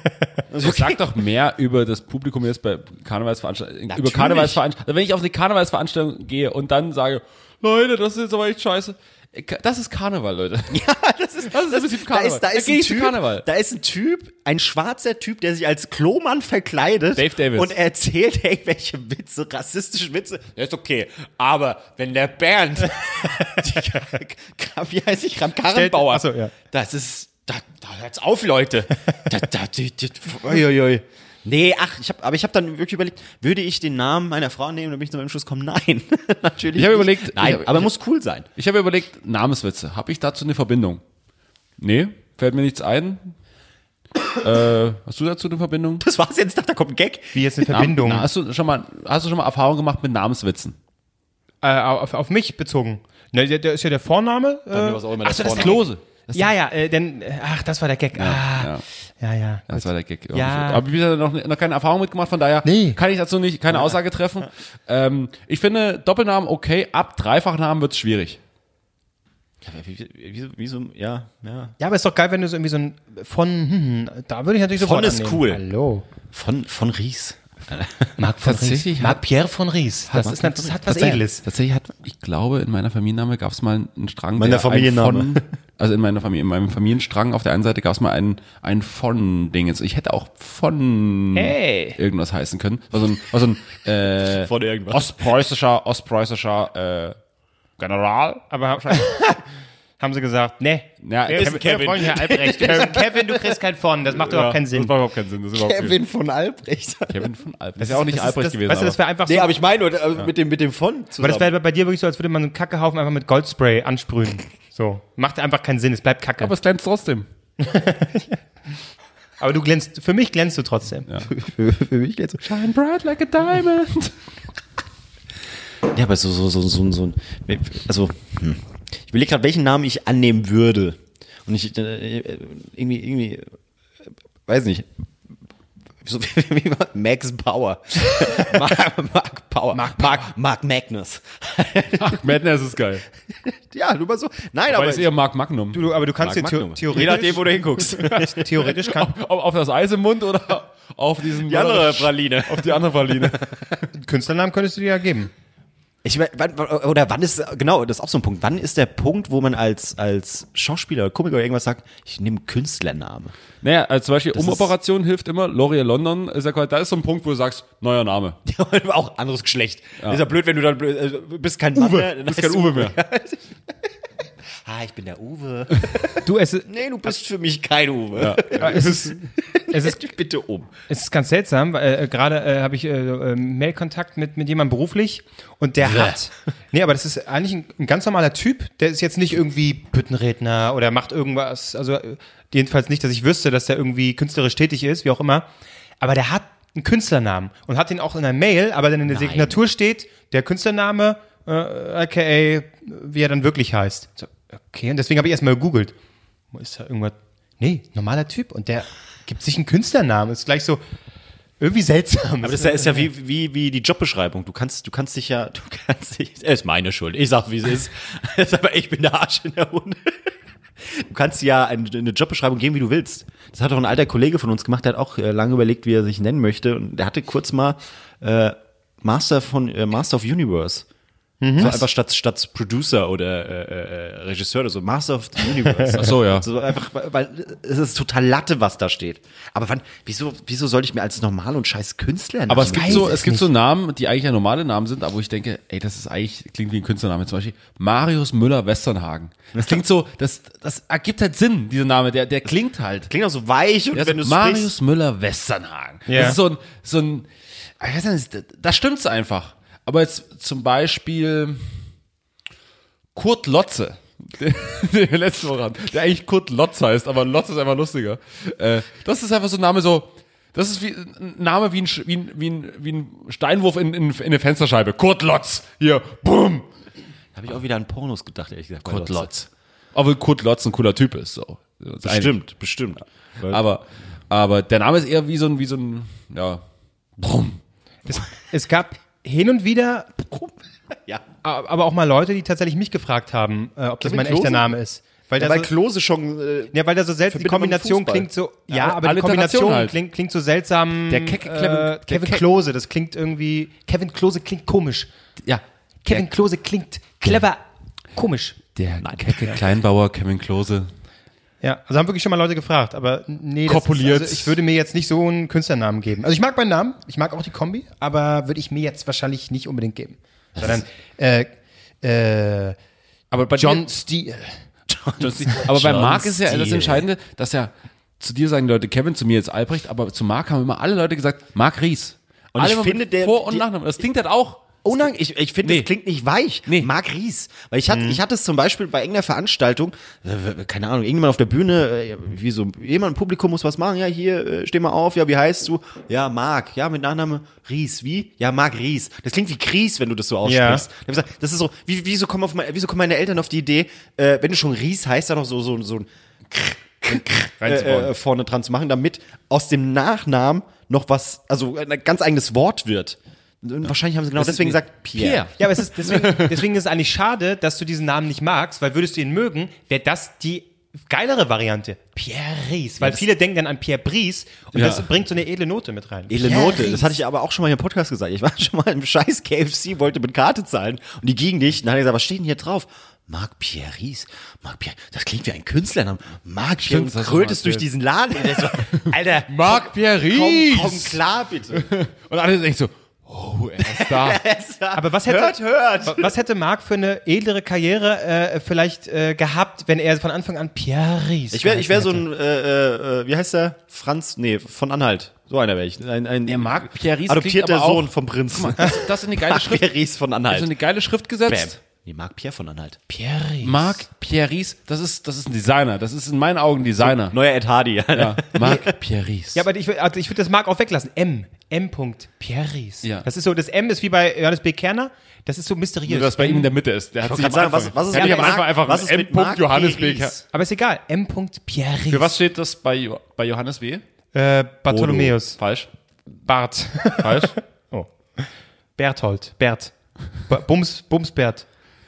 Das sagt doch mehr über das Publikum jetzt bei Karnevalsveranstaltungen. Über Natürlich. Karnevalsveranstaltungen. Also wenn ich auf eine Karnevalsveranstaltung gehe und dann sage, Leute, das ist jetzt aber echt scheiße. Das ist Karneval, Leute. Ja, das ist, Das ist im Prinzip Karneval. Da ist, da, ist Da geh ein ich zu typ, Karneval. da ist ein Typ, ein schwarzer Typ, der sich als Klomann verkleidet Dave Davis. und erzählt irgendwelche Witze, rassistische Witze. Der ist okay. Aber wenn der Bernd, die, wie heißt ich, Karrenbauer, Achso, ja. das ist, da, da hört's auf, Leute. da, da, die, die, oi, oi, oi. Nee, ach, ich hab, aber ich habe dann wirklich überlegt, würde ich den Namen meiner Frau nehmen, dann bin ich zum Schluss kommen, nein, natürlich Ich hab nicht. überlegt- nein, ich hab- aber ich- muss cool sein. Ich habe überlegt, Namenswitze. Habe ich dazu eine Verbindung? Nee, fällt mir nichts ein. äh, hast du dazu eine Verbindung? Das war's jetzt, ich dachte, da kommt ein Gag. Wie jetzt eine Verbindung Na, hast du schon mal, hast du schon mal Erfahrung gemacht mit Namenswitzen? äh, auf, auf mich bezogen. Ne, der, der ist ja der Vorname. Äh, was auch immer ach der so, das ist Vorname. der Klose. Ja, ja, äh, denn, äh, ach, das war der Gag. ah, ja. Ja, ja. Das war der Gag. Ja. Aber ich habe noch, noch keine Erfahrung mitgemacht, von daher Nee. kann ich dazu nicht keine Aussage treffen. Ähm, ich finde Doppelnamen okay, ab Dreifachnamen wird's schwierig. Wie, wie, wie so, ja, ja. Ja, aber ist doch geil, wenn du so irgendwie so ein von, hm, da würde ich natürlich Von sofort ist annehmen. cool. Hallo. Von, von Ries. Marc von Tatsächlich Ries. hat- Marc Pierre von Ries. Das, ist, das hat was Tatsächlich- Edles. Tatsächlich hat, ich glaube, in meiner Familienname gab es mal einen Strang. Meiner der ein Familienname. Von, also in meiner Familie, in meinem Familienstrang auf der einen Seite gab es mal einen, einen von Dingens. Ich hätte auch von Hey. irgendwas heißen können. War so ein, war so ein äh, Von irgendwas. ostpreußischer, ostpreußischer äh, General. Aber haben sie gesagt, nee. Ja, Wir, Kevin- wir Kevin. wollen hier Albrecht. Kevin, du kriegst kein von. Das macht überhaupt keinen Sinn. Das macht überhaupt keinen Sinn. Das ist überhaupt Kevin von Albrecht. Kevin von Albrecht. Das ist ja auch nicht das Albrecht das, gewesen. Weißt du, das wäre einfach so. Nee, aber ich meine, oder, äh, mit, dem, mit dem von zusammen. aber das wäre bei dir wirklich so, als würde man einen Kackehaufen einfach mit Goldspray ansprühen. So. Macht einfach keinen Sinn. Es bleibt Kacke. aber es glänzt trotzdem. Aber du glänzt, für mich glänzt du trotzdem. Ja. für, für mich geht's so. Shine bright like a diamond. Ja, aber so, so, so, so, so ein, also, hm. ich überlege gerade, welchen Namen ich annehmen würde. Und ich, äh, irgendwie, irgendwie, äh, weiß nicht. So, wie war Max Power. Mark, Mark Power. Mark, Mark, Mark Magnus. Madness ist geil. Ja, nur mal so. Nein, Aber aber. ist eher Mark Magnum. Du, aber du kannst dir Mark the Magnum. theoretisch, Je nachdem, wo du hinguckst. theoretisch kann, Auf, auf das Eis im Mund oder auf diesen Die andere Praline. auf die andere Praline. Künstlernamen könntest du dir ja geben. Ich mein, wann, oder wann ist, genau, das ist auch so ein Punkt. Wann ist der Punkt, wo man als, als Schauspieler, Komiker oder irgendwas sagt, ich nehme Künstlername? Naja, also zum Beispiel Das Umoperation hilft immer. L'Oreal London ist ja quasi, da ist so ein Punkt, wo du sagst, neuer Name. Auch anderes Geschlecht. Ist ja blöd, wenn du dann äh, bist kein Mann mehr. Dann bist heißt kein Uwe mehr. Ah, ich bin der Uwe. Du, es ist, Nee, du bist für mich kein Uwe. es ist, es ist, Dich bitte um. es ist ganz seltsam, weil äh, gerade äh, habe ich äh, äh, Mailkontakt mit, mit jemandem beruflich und der hat, nee, aber das ist eigentlich ein, ein ganz normaler Typ, der ist jetzt nicht irgendwie Büttenredner oder macht irgendwas, also äh, jedenfalls nicht, dass ich wüsste, dass der irgendwie künstlerisch tätig ist, wie auch immer, aber der hat einen Künstlernamen und hat den auch in einer Mail, aber dann in der Nein. Signatur steht, der Künstlername, äh, aka, wie er dann wirklich heißt. So, okay, und deswegen habe ich erstmal gegoogelt. Ist da irgendwas? Nee, normaler Typ und der gibt sich einen Künstlernamen. Ist gleich so irgendwie seltsam. Aber das ist ja, ist ja wie, wie, wie die Jobbeschreibung. Du kannst, du kannst dich ja, du kannst dich, es ist meine Schuld. Ich sag, wie es ist. Aber ich bin der Arsch in der Hunde. Du kannst ja eine, eine Jobbeschreibung geben, wie du willst. Das hat auch ein alter Kollege von uns gemacht, der hat auch äh, lange überlegt, wie er sich nennen möchte. Und der hatte kurz mal äh, Master von äh, Master of Universe. So einfach statt, statt Producer oder äh, äh, Regisseur oder so, Master of the Universe. Ach so, ja. So einfach, weil- weil es ist total Latte, was da steht. Aber wann, wieso, wieso soll ich mir als normal und scheiß Künstler Aber es nehmen? gibt so, es es gibt nicht. so Namen, die eigentlich ja normale Namen sind, aber wo ich denke, ey, das ist eigentlich, klingt wie ein Künstlername. Zum Beispiel Marius Müller-Westernhagen. Das klingt so, das, das ergibt halt Sinn, dieser Name, der, der klingt halt. Klingt auch so weich und Ja, wenn so du Marius sprichst. Müller-Westernhagen. Ja. Das ist so ein, so ein, ich weiß nicht, da stimmt's einfach. Aber jetzt zum Beispiel Kurt Lotze. Den wir letzte Woche hatten, der eigentlich Kurt Lotz heißt, aber Lotz ist einfach lustiger. Äh, das ist einfach so ein Name so, das ist wie ein Name wie ein, Sch- wie ein, wie ein, wie ein Steinwurf in, in, in eine Fensterscheibe. Kurt Lotz. Hier, boom. Habe ich auch wieder an Pornos gedacht, ehrlich gesagt. Kurt Lotz. Obwohl Kurt Lotz ein cooler Typ ist, so. Bestimmt, bestimmt. Aber, aber der Name ist eher wie so ein, wie so ein, ja, brumm. Es, es gab hin und wieder, Ja. aber auch mal Leute, die tatsächlich mich gefragt haben, äh, ob das Kevin mein echter Klose? Name ist. Weil der Weil so, Klose schon, äh, ja, weil der so seltsam, die verbindet man mit Kombination Fußball. klingt so, ja, Ja, aber die Alliteration Kombination halt. klingt, klingt so seltsam. Der kecke Kevin- äh, der Kevin Ke- Klose, das klingt irgendwie, Kevin Klose klingt komisch. Ja. Kevin Klose klingt clever, komisch. Der kecke Kleinbauer Kevin Klose. Ja, also haben wirklich schon mal Leute gefragt, aber nee, das Kopuliert. Ist, also ich würde mir jetzt nicht so einen Künstlernamen geben. Also ich mag meinen Namen, ich mag auch die Kombi, aber würde ich mir jetzt wahrscheinlich nicht unbedingt geben. Sondern äh, äh, Aber bei John Steele. Aber bei John Marc ist ja das Steele. Entscheidende, dass ja zu dir sagen die Leute Kevin, zu mir jetzt Albrecht, aber zu Marc haben immer alle Leute gesagt, Marc Ries. Und alle ich immer finde, mit der- Vor- und die- Nachnamen. Das klingt halt auch. Unang ich ich finde, Nee. das klingt nicht weich. Nee. Marc Ries. Weil ich hatte, ich hatte es zum Beispiel bei irgendeiner Veranstaltung, äh, keine Ahnung, irgendjemand auf der Bühne, äh, wie so, jemand im Publikum muss was machen, ja, hier, äh, steh mal auf, ja, wie heißt du? Ja, Marc, ja, mit Nachname Ries, wie? Ja, Marc Ries. Das klingt wie Kries, wenn du das so aussprichst. Ja. Ich hab gesagt, das ist so, wie, wieso kommen auf mein, wieso kommen meine Eltern auf die Idee, äh, wenn du schon Ries heißt, dann noch so, so, so ein Reinzubauen. äh, vorne dran zu machen, damit aus dem Nachnamen noch was, also ein ganz eigenes Wort wird. Und wahrscheinlich haben sie genau Das ist deswegen wie- gesagt Pierre. Ja, aber es ist deswegen, deswegen ist es eigentlich schade, dass du diesen Namen nicht magst, weil würdest du ihn mögen, wäre das die geilere Variante. Pierre Ries. Weil viele denken dann an Pierre Brice und Ja. das bringt so eine edle Note mit rein. Edle Pierre Note, Ries. das hatte ich aber auch schon mal hier im Podcast gesagt. Ich war schon mal im scheiß K F C, wollte mit Karte zahlen und die ging nicht. Und dann hat er gesagt, was steht denn hier drauf? Marc Pierre Ries. Marc Pierre, das klingt wie ein Künstlername. Marc Pierre, Stimmt, und das hast du mal krötest durch erzählt. diesen Laden. Und der so, Alter, Marc Pierre komm, Ries. komm klar bitte. Und alle denken so, oh, er ist da. Aber was hätte, Hört, hört. was hätte Marc für eine edlere Karriere äh, vielleicht äh, gehabt, wenn er von Anfang an Pierre Ries Ich wäre ich wär so geheißen ein, äh, äh, wie heißt der? Franz, nee, von Anhalt. So einer wäre ich. Ein, ein Der Marc Pierre Ries adoptierter klingt aber auch- Sohn vom Prinzen. Das, das ist eine geile Marc Schrift. Pierre Ries von Das Anhalt. ist eine geile Schrift gesetzt. Bam. Nee, Marc Pierre von Anhalt. Pierre Ries. Marc Pierre Ries, das ist, das ist ein Designer. Das ist in meinen Augen ein Designer. Neuer Ed Hardy. Ja. Marc Pierre Ries. Ja, aber ich, würd- also ich würde das Marc auch weglassen. M. M. Pierre Ries. Ja. Das ist so, das M ist wie bei Johannes B. Kerner. Das ist so mysteriös. Nur, dass bei ihm in der Mitte ist. Der hat wollte sich gerade am sagen, Anfang- was- was ist der hat mit sich am Marc- Anfang einfach was ist M. mit Marc Johannes Pierre B. Ries? Aber ist egal. M. Pierre Ries. Für was steht das bei, Jo- bei Johannes W? Äh, Bartholomäus. Falsch. Bart. Falsch. Oh. Berthold. Bert. B Bums, Bumsbert.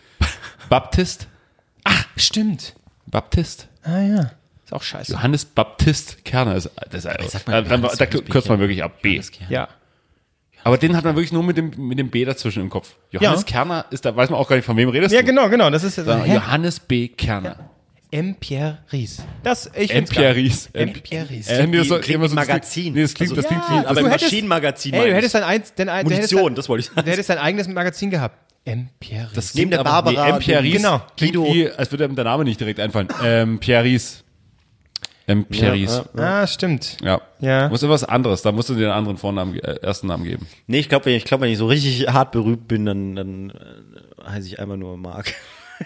Baptist. Stimmt. Baptist. Ah ja. Ist auch scheiße. Johannes Baptist Kerner. Ist, das, ist, Sag da, mal, da, Johannes da Baptist kürzt man Kerner. wirklich ab. B. Johannes Kerner. Ja. Aber den hat man wirklich nur mit dem, mit dem B dazwischen im Kopf. Johannes Ja. Kerner ist, da weiß man auch gar nicht, von wem redest Ja, du. genau, genau. Das ist Sondern Hä? Johannes B. Kerner. M. Pierre Ries. Das, ich M. find's Pierre geil. Ries. M. Pierre Ries. Äh, nee, das soll- klingt immer wie so- das Magazin. Nee, das klingt, Also, das klingt ja, wie, Aber Du im hättest- Maschinenmagazin. Ey, meine du ich. hättest dein, eins, dein, ein- du hättest Munition, dein, das wollte ich du sagen. hättest dein eigenes Magazin gehabt. M. Pierre Ries. das Neben klingt der aber- Barbara, nee, M. Pierre dem- Ries Genau. klingt Guido. wie, als würde einem der Name nicht direkt einfallen. Ähm, Pierre Ries. M. Pierre Ries. Ah, stimmt. Ja. Ja. Muss immer was anderes. Da musst du dir einen anderen Vornamen, äh, ersten Namen geben. Nee, ich glaube, wenn, ich glaub, wenn ich so richtig hart berühmt bin, dann, dann äh, heiße ich einfach nur Marc.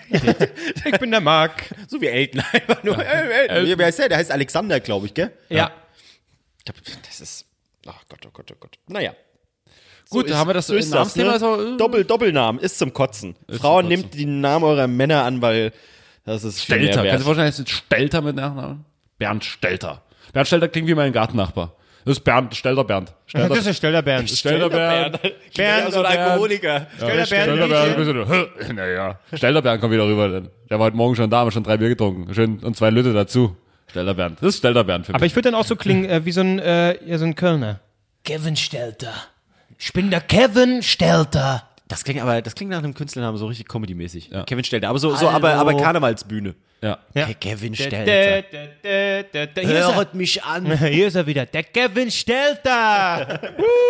Ich bin der Marc. So wie Elton einfach nur. Äh, Elton. Wie heißt der? Der heißt Alexander, glaube ich, gell? Ja. Ich glaub, das ist. Ach Gott, oh Gott, oh Gott. Naja. Gut, ist- haben wir das so ist das, Namensthema. ne? so, äh, Doppel, Doppelnamen ist zum Kotzen. Frauen, zum Kotzen. nehmt die Namen eurer Männer an, weil das ist viel mehr Stelter. wert. Kannst du dir vorstellen, das ist Stelter mit Nachnamen? Bernd Stelter. Bernd Stelter klingt wie mein Gartennachbar. Das ist Bernd, Stelter Bernd. Stelter, Das ist ein Stelter Bernd. Stelter Bernd. Bernd, so ein Alkoholiker. Stelter Stelter Bernd. Bernd. Naja. Stelter Bernd kommt wieder rüber. Denn. Der war heute Morgen schon da, haben schon drei Bier getrunken. Schön, und zwei Lütte dazu. Stelter Bernd. Das ist Stelter Bernd für mich. Aber ich würde dann auch so klingen äh, wie so ein, äh, ja, so ein Kölner. Kevin Stelter. Ich bin der Kevin Stelter. Das klingt aber, das klingt nach einem Künstlernamen so richtig comedy-mäßig. Ja. Kevin Stelter, aber so, so aber, aber Karnevalsbühne. ja. Ja. Ke- Kevin Da, Stelter. da, da, da, da, da. Hier, ist Hört mich an. er. Hier ist er wieder. Der Kevin Stelter.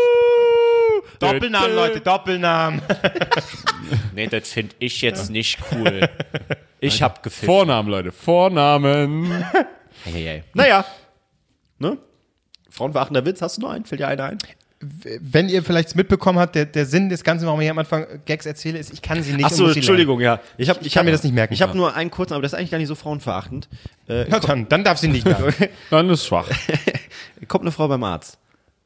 Doppelnamen, Leute, Doppelnamen. Nee, das finde ich jetzt nicht cool. Ich hab gefilmt. Vornamen, Leute. Vornamen. Hey, hey, hey. Naja. Ne? Frauenverachtender Witz, hast du noch einen? Fällt dir einer ein? Wenn ihr vielleicht mitbekommen habt, der, der Sinn des Ganzen, warum ich hier am Anfang Gags erzähle, ist, ich kann sie nicht. Achso, und muss sie Entschuldigung, ja. Ich, hab, ich, kann hab, mir das nicht merken. Ich habe nur einen kurzen, aber das ist eigentlich gar nicht so frauenverachtend. Äh, lernen. Na dann, dann darf sie nicht mehr. Dann ist schwach. kommt eine Frau beim Arzt.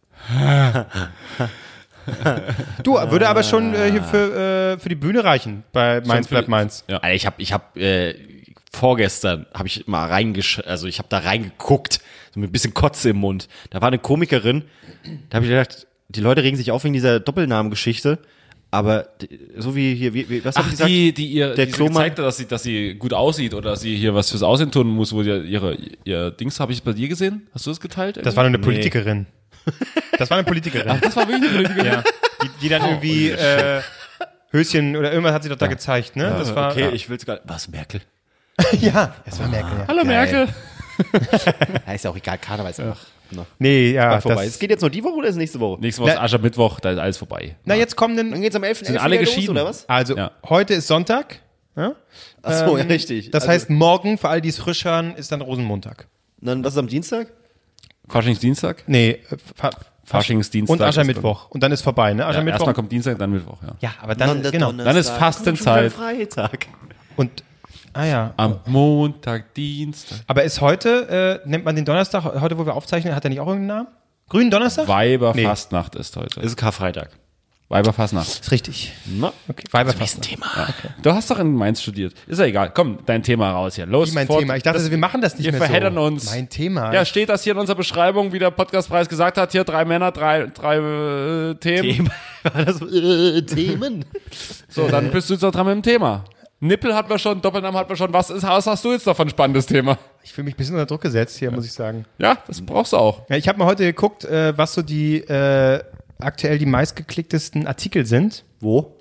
Du, würde aber schon äh, hier für, äh, für die Bühne reichen, bei Mainz für bleibt die- Mainz. Ja. Alter, ich habe ich hab, äh, vorgestern habe ich mal reingesch... Also ich habe da reingeguckt, so mit ein bisschen Kotze im Mund. Da war eine Komikerin, da habe ich gedacht, die Leute regen sich auf wegen dieser Doppelnamengeschichte, aber die- so wie hier, wie, wie, was hab Ach, ich gesagt? die, die ihr Der die sie Klomann- gezeigt hat, dass sie, dass sie gut aussieht oder dass sie hier was fürs Aussehen tun muss, wo ihr ihre, ihr Dings, habe ich bei dir gesehen? Hast du das geteilt? Das war nur eine Politikerin. Das war eine Politikerin. das war wirklich eine Politikerin. Ja. Die, die dann irgendwie äh, Höschen oder irgendwas hat sie doch da gezeigt, ne? Das war. Okay, ich will's gerade... Was, Merkel? Ja, das war Merkel, ja. Hallo Merkel. Ja, ist ja auch egal, Karneval ist einfach noch Nee, ja. bald vorbei. Das, Es geht jetzt nur die Woche oder ist es nächste Woche? Nächste Woche ist Na- Aschermittwoch, da ist alles vorbei. na, jetzt kommen Dann denn. geht's am elften Sind elften alle wieder los, geschieden? oder was? Also, Ja. heute ist Sonntag. Ja? Achso, ja, richtig. Das Also, heißt, morgen, für alle, die es frisch hören, ist dann Rosenmontag. dann, was ist am Dienstag? Faschingsdienstag? Nee, äh, Fa Faschingsdienstag. und Aschermittwoch. Und dann ist vorbei, ne? Ja, Aschermittwoch. erstmal kommt Dienstag, dann Mittwoch, ja. ja, aber dann, der genau. Dann ist Fastenzeit. Freitag. Und, ah ja. Am Montag, Dienstag. Aber ist heute, äh, nennt man den Donnerstag, heute, wo wir aufzeichnen, hat er nicht auch irgendeinen Namen? Grünen Donnerstag? Weiberfastnacht ist heute. Es ist Karfreitag. Weiberfastnacht. Ist richtig. Na, Okay, Weiberfastnacht. Thema. Du hast doch in Mainz studiert. Ist ja egal. Komm, dein Thema raus hier. Los. Wie mein fort. Thema. Ich dachte, das, wir machen das nicht wir mehr verheddern so. uns. Mein Thema. Ja, steht das hier in unserer Beschreibung, wie der Podcastpreis gesagt hat. Hier drei Männer, drei, drei äh, Themen. Thema. War das äh, Themen? So, dann bist du jetzt noch dran mit dem Thema. Nippel hat man schon, Doppelnamen hat man schon. Was, ist, was hast du jetzt noch für ein spannendes Thema? Ich fühle mich ein bisschen unter Druck gesetzt hier, muss ich sagen. Ja, das brauchst du auch. Ja, ich habe mal heute geguckt, äh, was so die äh, aktuell die meistgeklicktesten Artikel sind. Wo?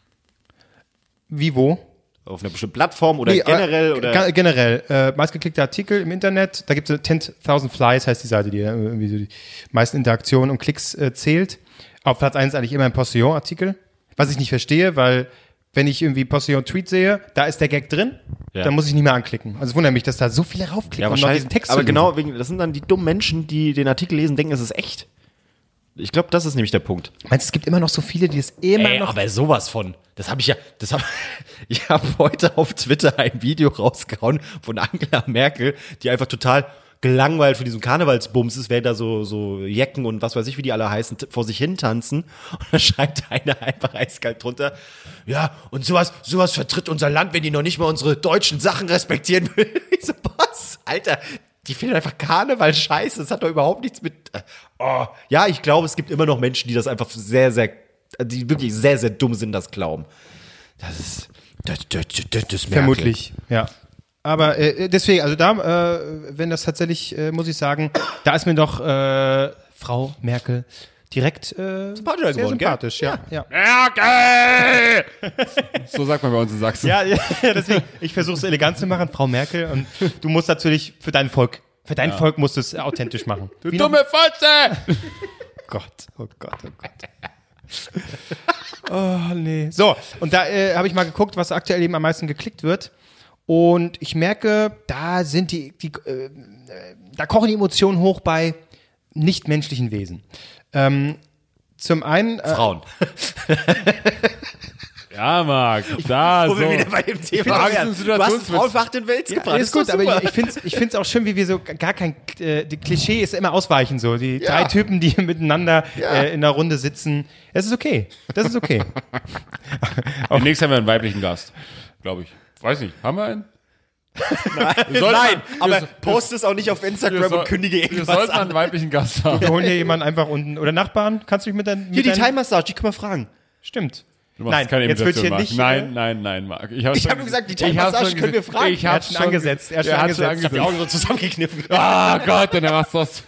Wie wo? Auf einer bestimmten Plattform oder Nee, generell? äh, oder? ga- Generell. Äh, meistgeklickte Artikel im Internet. Da gibt es zehntausend Flies, heißt die Seite, die äh, irgendwie so die meisten Interaktionen und Klicks äh, zählt. Auf Platz eins eigentlich immer ein Postillon-Artikel. Was ich nicht verstehe, weil wenn ich irgendwie Postillon-Tweet sehe, da ist der Gag drin, Ja. dann muss ich nicht mehr anklicken. Also es wundert mich, dass da so viele raufklicken, Ja, um noch wahrscheinlich. diesen Text aber zu lesen. genau, wegen, das sind dann die dummen Menschen, die den Artikel lesen, denken, es ist echt. Ich glaube, das ist nämlich der Punkt. Meinst du, es gibt immer noch so viele, die es immer Ey, noch... aber sowas von. Das habe ich ja, das habe ich habe heute auf Twitter ein Video rausgehauen von Angela Merkel, die einfach total gelangweilt von diesem Karnevalsbums ist, während da so, so Jecken und was weiß ich, wie die alle heißen, t- vor sich hin tanzen. Und dann schreibt einer einfach eiskalt drunter, ja, und sowas, sowas vertritt unser Land, wenn die noch nicht mal unsere deutschen Sachen respektieren will. Ich so, was? Alter, die finden einfach Karneval scheiße. Das hat doch überhaupt nichts mit, äh, oh. Ja, ich glaube, es gibt immer noch Menschen, die das einfach sehr, sehr, die wirklich sehr, sehr dumm sind, das glauben. Das ist, das, das, das, das Merkel. Vermutlich, ja. Aber äh, deswegen, also da, äh, wenn das tatsächlich, äh, muss ich sagen, da ist mir doch äh, Frau Merkel direkt äh, Sympathischer sehr geworden, sympathisch, ja. Ja. Merkel! So sagt man bei uns in Sachsen. Ja, ja, deswegen, ich versuche es elegant zu machen, Frau Merkel, und du musst natürlich für dein Volk, für dein Volk musst du es authentisch machen. Du Wie dumme Fotze! noch- Gott, oh Gott, oh Gott. Oh, nee. So, und da äh, habe ich mal geguckt, was aktuell eben am meisten geklickt wird. Und ich merke, da sind die, die äh, äh, da kochen die Emotionen hoch bei nichtmenschlichen Wesen. Ähm, zum einen, äh, Frauen. Ja, Marc, da Wo so. wir wieder bei dem Thema Frage wären. ist ein Du hast einen Situationswitz. Frauenfach in Wels gebracht. ist gut, aber ich, ich finde es ich find's auch schön, wie wir so gar kein, äh, die Klischee ist immer ausweichen so. Die Ja. drei Typen, die miteinander Ja. äh, in der Runde sitzen. Es ist okay. Das ist okay. Demnächst haben wir einen weiblichen Gast, glaube ich. Weiß nicht, haben wir einen? Nein, sollten- Nein aber wir- post es auch nicht auf Instagram soll- und kündige Wir irgendwas sollten an. einen weiblichen Gast haben. Wir holen hier jemanden einfach unten. Oder Nachbarn, kannst du mich mit deinen. Hier, die deinen- Time-Massage, die können wir fragen. Stimmt. Du machst Nein, keine jetzt wird Imitation, hier Marc. nicht, Nein, nein, nein, Marc. Ich, Ich habe nur gesagt, die Time-Massage können wir fragen. Ich Er habe hat schon angesetzt, er hat schon er angesetzt. Ich habe die Augen so zusammengekniffen. Ah Gott, denn er macht das.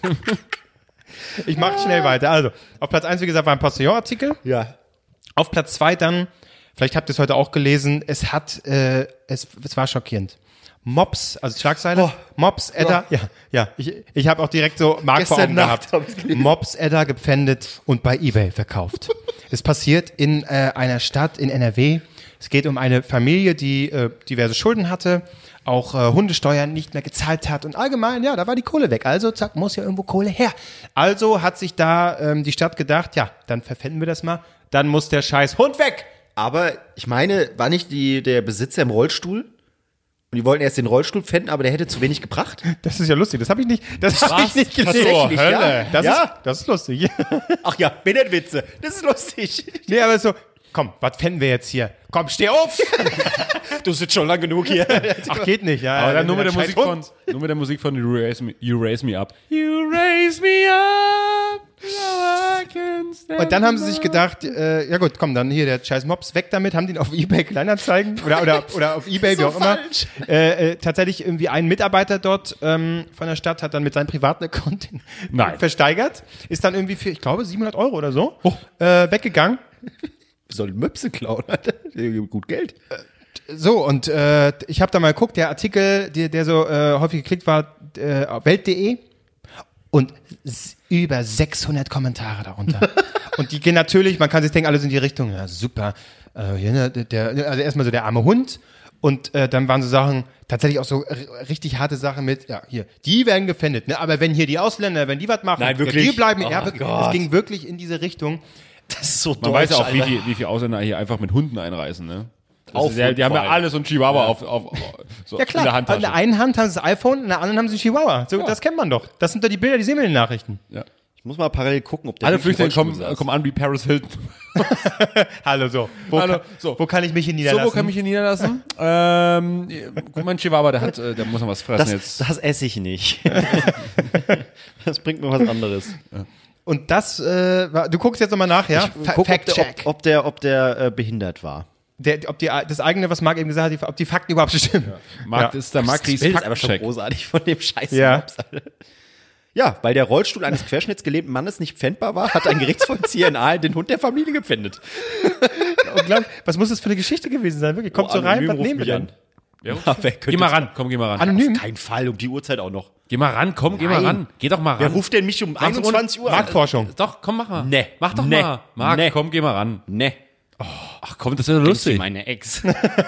Ich mache schnell weiter. Also, auf Platz eins, wie gesagt, war ein Postillon-Artikel. Ja. Auf Platz zwei dann, vielleicht habt ihr es heute auch gelesen, es hat, äh, es, es war schockierend. Mops, also Schlagzeile, Oh. Mops, Edda, ja, ja, ich, ich habe auch direkt so Mark vor Gestern Augen Nacht gehabt. hab ich's gelesen. Mops, Edda gepfändet und bei eBay verkauft. Es passiert in äh, einer Stadt in N R W. Es geht um eine Familie, die äh, diverse Schulden hatte, auch äh, Hundesteuern nicht mehr gezahlt hat und allgemein, ja, da war die Kohle weg. Also, zack, muss ja irgendwo Kohle her. Also hat sich da ähm, die Stadt gedacht, ja, dann verpfänden wir das mal, dann muss der scheiß Hund weg. Aber ich meine, war nicht die, der Besitzer im Rollstuhl? Und die wollten erst den Rollstuhl pfänden, aber der hätte zu wenig gebracht? Das ist ja lustig, das habe ich nicht, das habe ich nicht gesehen. Tatsächlich, Hölle. ja. Das, Ja. ist, das ist lustig. Ach ja, Bennett-Witze. Das ist lustig. Nee, aber so, komm, was fänden wir jetzt hier? Komm, steh auf! Du sitzt schon lang genug hier. Ach, geht nicht, ja. Aber dann nur mit der scheiß Musik von, Hund. nur mit der Musik von You Raise Me, you raise me Up. You raise me up. So I can stand Und dann haben sie sich gedacht, äh, ja gut, komm, dann hier der scheiß Mops, weg damit, haben den auf eBay Kleinanzeigen oder, oder, oder auf eBay, wie So auch immer. falsch. Äh, äh, tatsächlich irgendwie ein Mitarbeiter dort ähm, von der Stadt hat dann mit seinem privaten Account den Nein. versteigert, ist dann irgendwie für, ich glaube, siebenhundert Euro oder so äh, weggegangen. Wir sollen Möpse klauen, Alter. Gut Geld. So, und äh, ich habe da mal geguckt, der Artikel, der, der so äh, häufig geklickt war, äh, auf Welt punkt de und s- über sechshundert Kommentare darunter. Und die gehen natürlich, man kann sich denken, alles in die Richtung, ja super, äh, hier, ne, der, also erstmal so der arme Hund und äh, dann waren so Sachen, tatsächlich auch so r- richtig harte Sachen mit, ja hier, die werden gefändet, ne? Aber wenn hier die Ausländer, wenn die was machen, Nein, ja, wirklich? die bleiben, Oh ja wirklich, Gott. es ging wirklich in diese Richtung. Das ist so Man weiß ja auch, wie viel, wie viel Ausländer hier einfach mit Hunden einreisen, ne? Das Auf ist ja, Hund die haben vor ja allem. alles und Chihuahua auf, auf, auf so Ja klar, in der in Handtasche. der einen Hand haben sie das iPhone, in der anderen haben sie einen Chihuahua. So, Das kennt man doch. Das sind doch die Bilder, die sehen wir in den Nachrichten. Ja. muss mal parallel gucken, ob der Alle wirklich im Flüchtlinge Rollstuhl kommen, saß. kommen an wie Paris Hilton. Hallo, so. Wo, Hallo, kann, so. wo kann ich mich hier So, niederlassen? wo kann ich mich hier niederlassen? ähm, gut, mein Chihuahua, der hat, äh, der muss noch was fressen Das, jetzt. das esse ich nicht. Das bringt mir was anderes. Und das, äh, war- du guckst jetzt nochmal nach, ja? Fa- Guck, ob der, Fact-check. ob, ob der, ob der äh, behindert war. Der, ob die, das eigene, was Marc eben gesagt hat, die, ob die Fakten überhaupt stimmen. Marc Ja. ist der Marc-Ries Bild ist aber schon Faktcheck. großartig von dem Scheiß. Ja. Mops, Alter. Ja, weil der Rollstuhl eines querschnittsgelähmten Mannes nicht pfändbar war, hat ein Gerichtsvollzieher in Aalen den Hund der Familie gepfändet. Unglaublich. Was muss das für eine Geschichte gewesen sein? Wirklich, kommt so rein, Anonym was ruft nehmen wir mich denn? an. Ja, wer könnte Geh mal ran, komm, geh mal ran. Anonym? Auf keinen Fall, um die Uhrzeit auch noch. Geh mal ran, komm, geh mal Nein. ran. Geh doch mal ran. Wer ruft denn mich um Mach's einundzwanzig ohne- Uhr an? Marktforschung. Doch, komm, mach mal. Nee. Mach doch Nee. mal. Marc, Nee. komm, geh mal ran. Ne. Ach komm, das ist ja lustig. Meine Ex.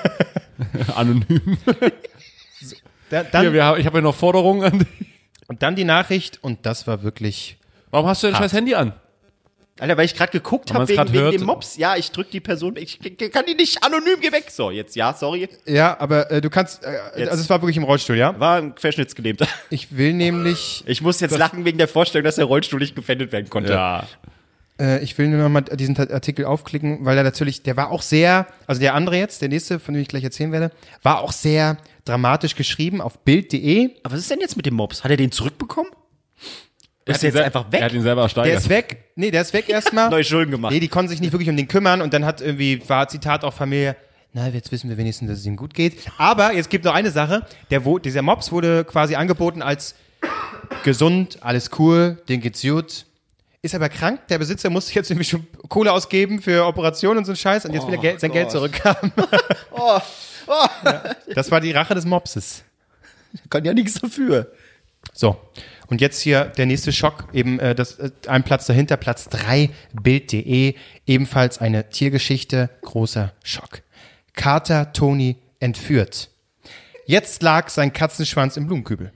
Anonym. Da, dann, Hier, wir haben, ich habe ja noch Forderungen an dich. und dann die Nachricht, und das war wirklich. Warum hast du dein scheiß Handy an? Alter, weil ich gerade geguckt Weil habe man's wegen, grad wegen hört. dem Mops. Ja, ich drück die Person weg. Ich, ich kann die nicht anonym, geh weg. So, jetzt ja, sorry. Ja, aber äh, du kannst. Äh, Jetzt. also, es war wirklich im Rollstuhl, ja? War ein Querschnittsgelähmter. Ich will nämlich. Ich muss jetzt lachen wegen der Vorstellung, dass der Rollstuhl nicht gefändet werden konnte. Ja. Äh, ich will nur noch mal diesen Ta- Artikel aufklicken, weil er natürlich, der war auch sehr, also der andere jetzt, der nächste, von dem ich gleich erzählen werde, war auch sehr dramatisch geschrieben auf bild punkt de. Aber was ist denn jetzt mit dem Mops? Hat er den zurückbekommen? Er Ist hat der ihn jetzt sel- einfach weg? Er hat ihn selber ersteigert. Der ist weg. Nee, der ist weg erstmal. Neue Schulden gemacht. Nee, die konnten sich nicht wirklich um den kümmern und dann hat irgendwie, war Zitat auch Familie, na, jetzt wissen wir wenigstens, dass es ihm gut geht. Aber jetzt gibt noch eine Sache, der, wo, dieser Mops wurde quasi angeboten als gesund, alles cool, den geht's gut. Ist aber krank, der Besitzer musste jetzt irgendwie schon Kohle ausgeben für Operationen und so einen Scheiß und jetzt will er Geld, sein Geld zurückhaben. Oh, oh. Ja, das war die Rache des Mopses. Kann ja nichts dafür. So, und jetzt hier der nächste Schock, eben äh, das, äh, ein Platz dahinter, Platz drei, bild punkt de, ebenfalls eine Tiergeschichte, großer Schock. Kater Toni entführt. Jetzt lag sein Katzenschwanz im Blumenkübel.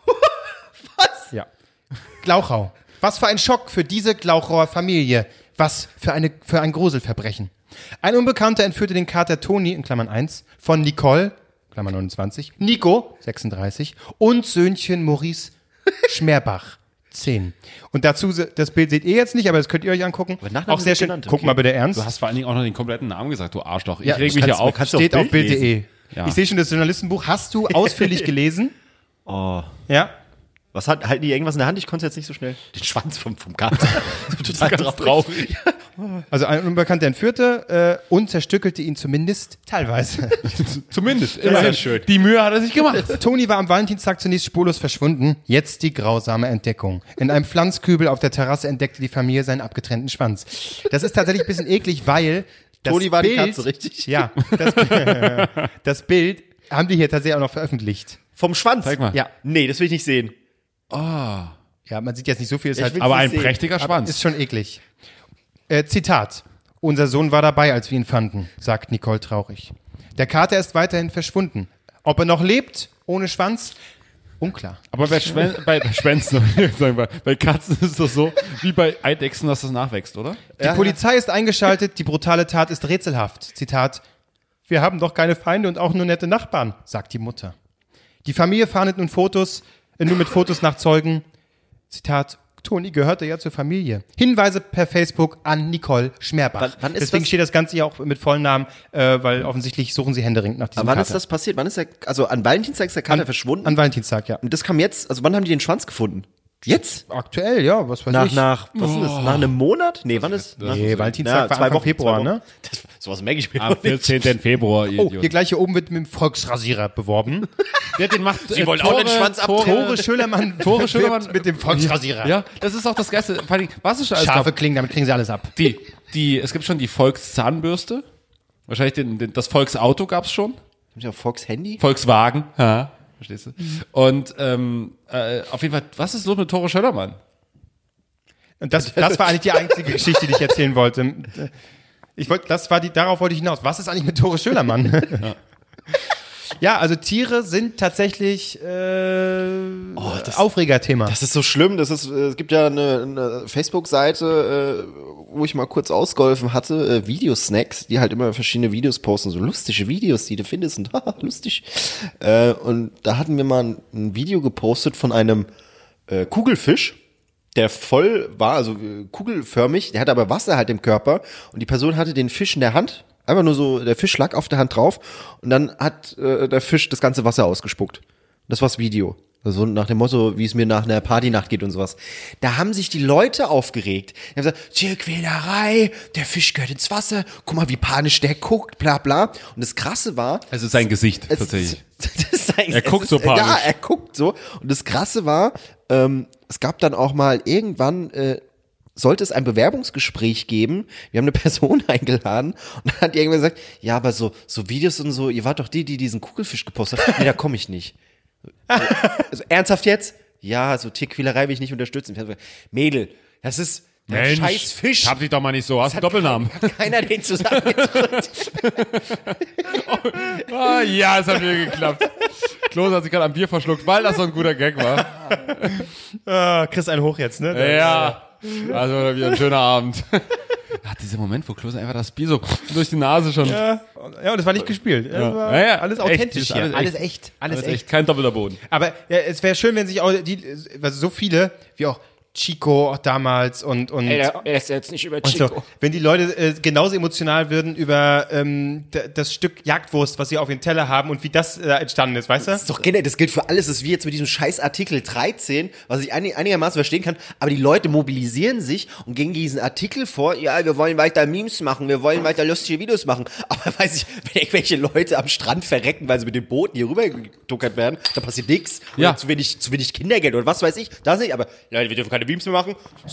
Was? Ja. Glauchau. Was für ein Schock für diese Glauchauer Familie. Was für, eine, für ein Gruselverbrechen. Ein Unbekannter entführte den Kater Toni, in Klammern eins, von Nicole, Klammer neunundzwanzig, Nico, sechsunddreißig, und Söhnchen Maurice Schmerbach, zehn. Und dazu, das Bild seht ihr jetzt nicht, aber das könnt ihr euch angucken. Nachnamen Auch sehr sind schön. genannt, Guck okay. mal bitte ernst. Du hast vor allen Dingen auch noch den kompletten Namen gesagt, du Arschloch. Ich Ja, reg mich kannst- hier auf. kannst du Steht auf auf bild Bild punkt de. Ja. Ich sehe schon das Journalistenbuch. Hast du ausführlich gelesen? Oh. Ja. Was hat, halten die irgendwas in der Hand? Ich konnte es jetzt nicht so schnell. Den Schwanz vom, vom Kater. Total traurig. Also ein Unbekannter entführte äh, und zerstückelte ihn zumindest teilweise. Zumindest. Immerhin schön. Die Mühe hat er sich gemacht. Toni war am Valentinstag zunächst spurlos verschwunden. Jetzt die grausame Entdeckung. In einem Pflanzkübel auf der Terrasse entdeckte die Familie seinen abgetrennten Schwanz. Das ist tatsächlich ein bisschen eklig, weil das Toni war die Bild, Katze, richtig? Ja, das, das Bild haben die hier tatsächlich auch noch veröffentlicht. Vom Schwanz? Zeig mal. Ja, Nee, das will ich nicht sehen. ja, man sieht jetzt nicht so viel. Ist Ich halt, will- Aber ein sehen. prächtiger Schwanz. ist schon eklig. Äh, Zitat. Unser Sohn war dabei, als wir ihn fanden, sagt Nicole traurig. Der Kater ist weiterhin verschwunden. Ob er noch lebt, ohne Schwanz, unklar. Aber bei, Schwän bei, bei Schwänzen, sagen wir, bei Katzen ist es doch so, wie bei Eidechsen, dass das nachwächst, oder? Die Polizei ist eingeschaltet, die brutale Tat ist rätselhaft. Zitat, wir haben doch keine Feinde und auch nur nette Nachbarn, sagt die Mutter. Die Familie fahndet nun Fotos, äh, nur mit Fotos nach Zeugen. Zitat, Toni gehörte ja zur Familie. Hinweise per Facebook an Nicole Schmerbach. Wann- wann ist Deswegen das- steht das Ganze ja auch mit vollen Namen, äh, weil offensichtlich suchen sie händeringend nach diesem Aber wann Kater. ist das passiert? Wann ist der, also an Valentinstag ist der Kater verschwunden? An Valentinstag, ja. Und das kam jetzt, also wann haben die den Schwanz gefunden? Jetzt? Aktuell, ja, was weiß Nach, ich. nach, was ist das? Nach einem Monat? Nee, wann ist? nach, Nee, Valentinstag war zwei Anfang Wochen, Februar, zwei Wochen. ne? Das, sowas merke ich mir Am doch nicht. vierzehnten Februar, ihr Oh, Idiot. hier gleich hier oben wird mit dem Volksrasierer beworben. Der den macht, Sie wollen auch den Schwanz abtrennen. Tore Schölermann, Tore Schölermann wirbt mit dem Volksrasierer. Ja, das ist auch das Geilste. Vor allen Dingen, was ist alles Scharfe noch? Klingen, damit kriegen sie alles ab. Die, die, es gibt schon die Volkszahnbürste. Wahrscheinlich den, den, das Volksauto gab's schon. Haben Sie auf Fox Handy? Volkswagen. Ja. Verstehst du? Und ähm, äh, auf jeden Fall, was ist los mit Tore Schölermann? Und das, das war eigentlich die einzige Geschichte, die ich erzählen wollte. Ich wollte, das war die, darauf wollte ich hinaus. Was ist eigentlich mit Tore Schölermann? Ja, ja, also Tiere sind tatsächlich äh, das- Aufregerthema. Das ist so schlimm. Das ist, äh, es gibt ja eine, eine Facebook-Seite, äh, wo ich mal kurz ausgeholfen hatte, äh, Videosnacks, die halt immer verschiedene Videos posten, so lustige Videos, die du findest und haha, lustig. Äh, und da hatten wir mal ein, ein Video gepostet von einem äh, Kugelfisch, der voll war, also äh, kugelförmig, der hatte aber Wasser halt im Körper und die Person hatte den Fisch in der Hand, einfach nur so, der Fisch lag auf der Hand drauf und dann hat äh, der Fisch das ganze Wasser ausgespuckt. Das war's Video. Also nach dem Motto, wie es mir nach einer Partynacht geht und sowas. Da haben sich die Leute aufgeregt. Die haben gesagt, Tierquälerei, der Fisch gehört ins Wasser, guck mal, wie panisch der guckt, bla bla. Und das Krasse war... Also sein Gesicht, es, tatsächlich. Das ist Er guckt ist, so panisch. Ja, er guckt so. Und das Krasse war, ähm, es gab dann auch mal irgendwann... Äh, sollte es ein Bewerbungsgespräch geben, wir haben eine Person eingeladen und dann hat die irgendwann gesagt, ja, aber so, so Videos und so, ihr wart doch die, die diesen Kugelfisch gepostet haben. Nee, da komme ich nicht. Also, ernsthaft jetzt? Ja, so Tierquälerei will ich nicht unterstützen. Ich hab gesagt, Mädel, das ist der scheiß Fisch. Hab dich doch mal nicht so, hast einen Doppelnamen. Hat keiner den zusammengedrückt. Ah, ja, es hat mir geklappt. Klose hat sich gerade am Bier verschluckt, weil das so ein guter Gag war. Ah, Chris, ein Hoch jetzt, ne? Ja, also wieder ein schöner Abend. Ja, dieser Moment, wo Klose einfach das Bier so durch die Nase schon. Ja, ja, und das war nicht gespielt. Ja. War Ja, ja, alles echt, authentisch ist hier. alles Alles echt. echt. Alles Das ist echt. echt kein doppelter Boden. Aber ja, es wäre schön, wenn sich auch die, also so viele, wie auch Chico auch damals und und er ist jetzt nicht über und so, wenn die Leute äh, genauso emotional würden über ähm, d- das Stück Jagdwurst, was sie auf ihren Teller haben und wie das äh, entstanden ist, weißt du? Das ist doch generell, das gilt für alles, das ist wie jetzt mit diesem scheiß Artikel dreizehn, was ich einig, einigermaßen verstehen kann, aber die Leute mobilisieren sich und gehen gegen diesen Artikel vor, ja, wir wollen weiter Memes machen, wir wollen weiter lustige Videos machen, aber weiß ich, wenn irgendwelche Leute am Strand verrecken, weil sie mit den Booten hier rüber getuckert werden, da passiert nichts, Ja. oder zu wenig, zu wenig Kindergeld oder was weiß ich, das nicht, aber Leute, wir dürfen keine Memes mehr machen,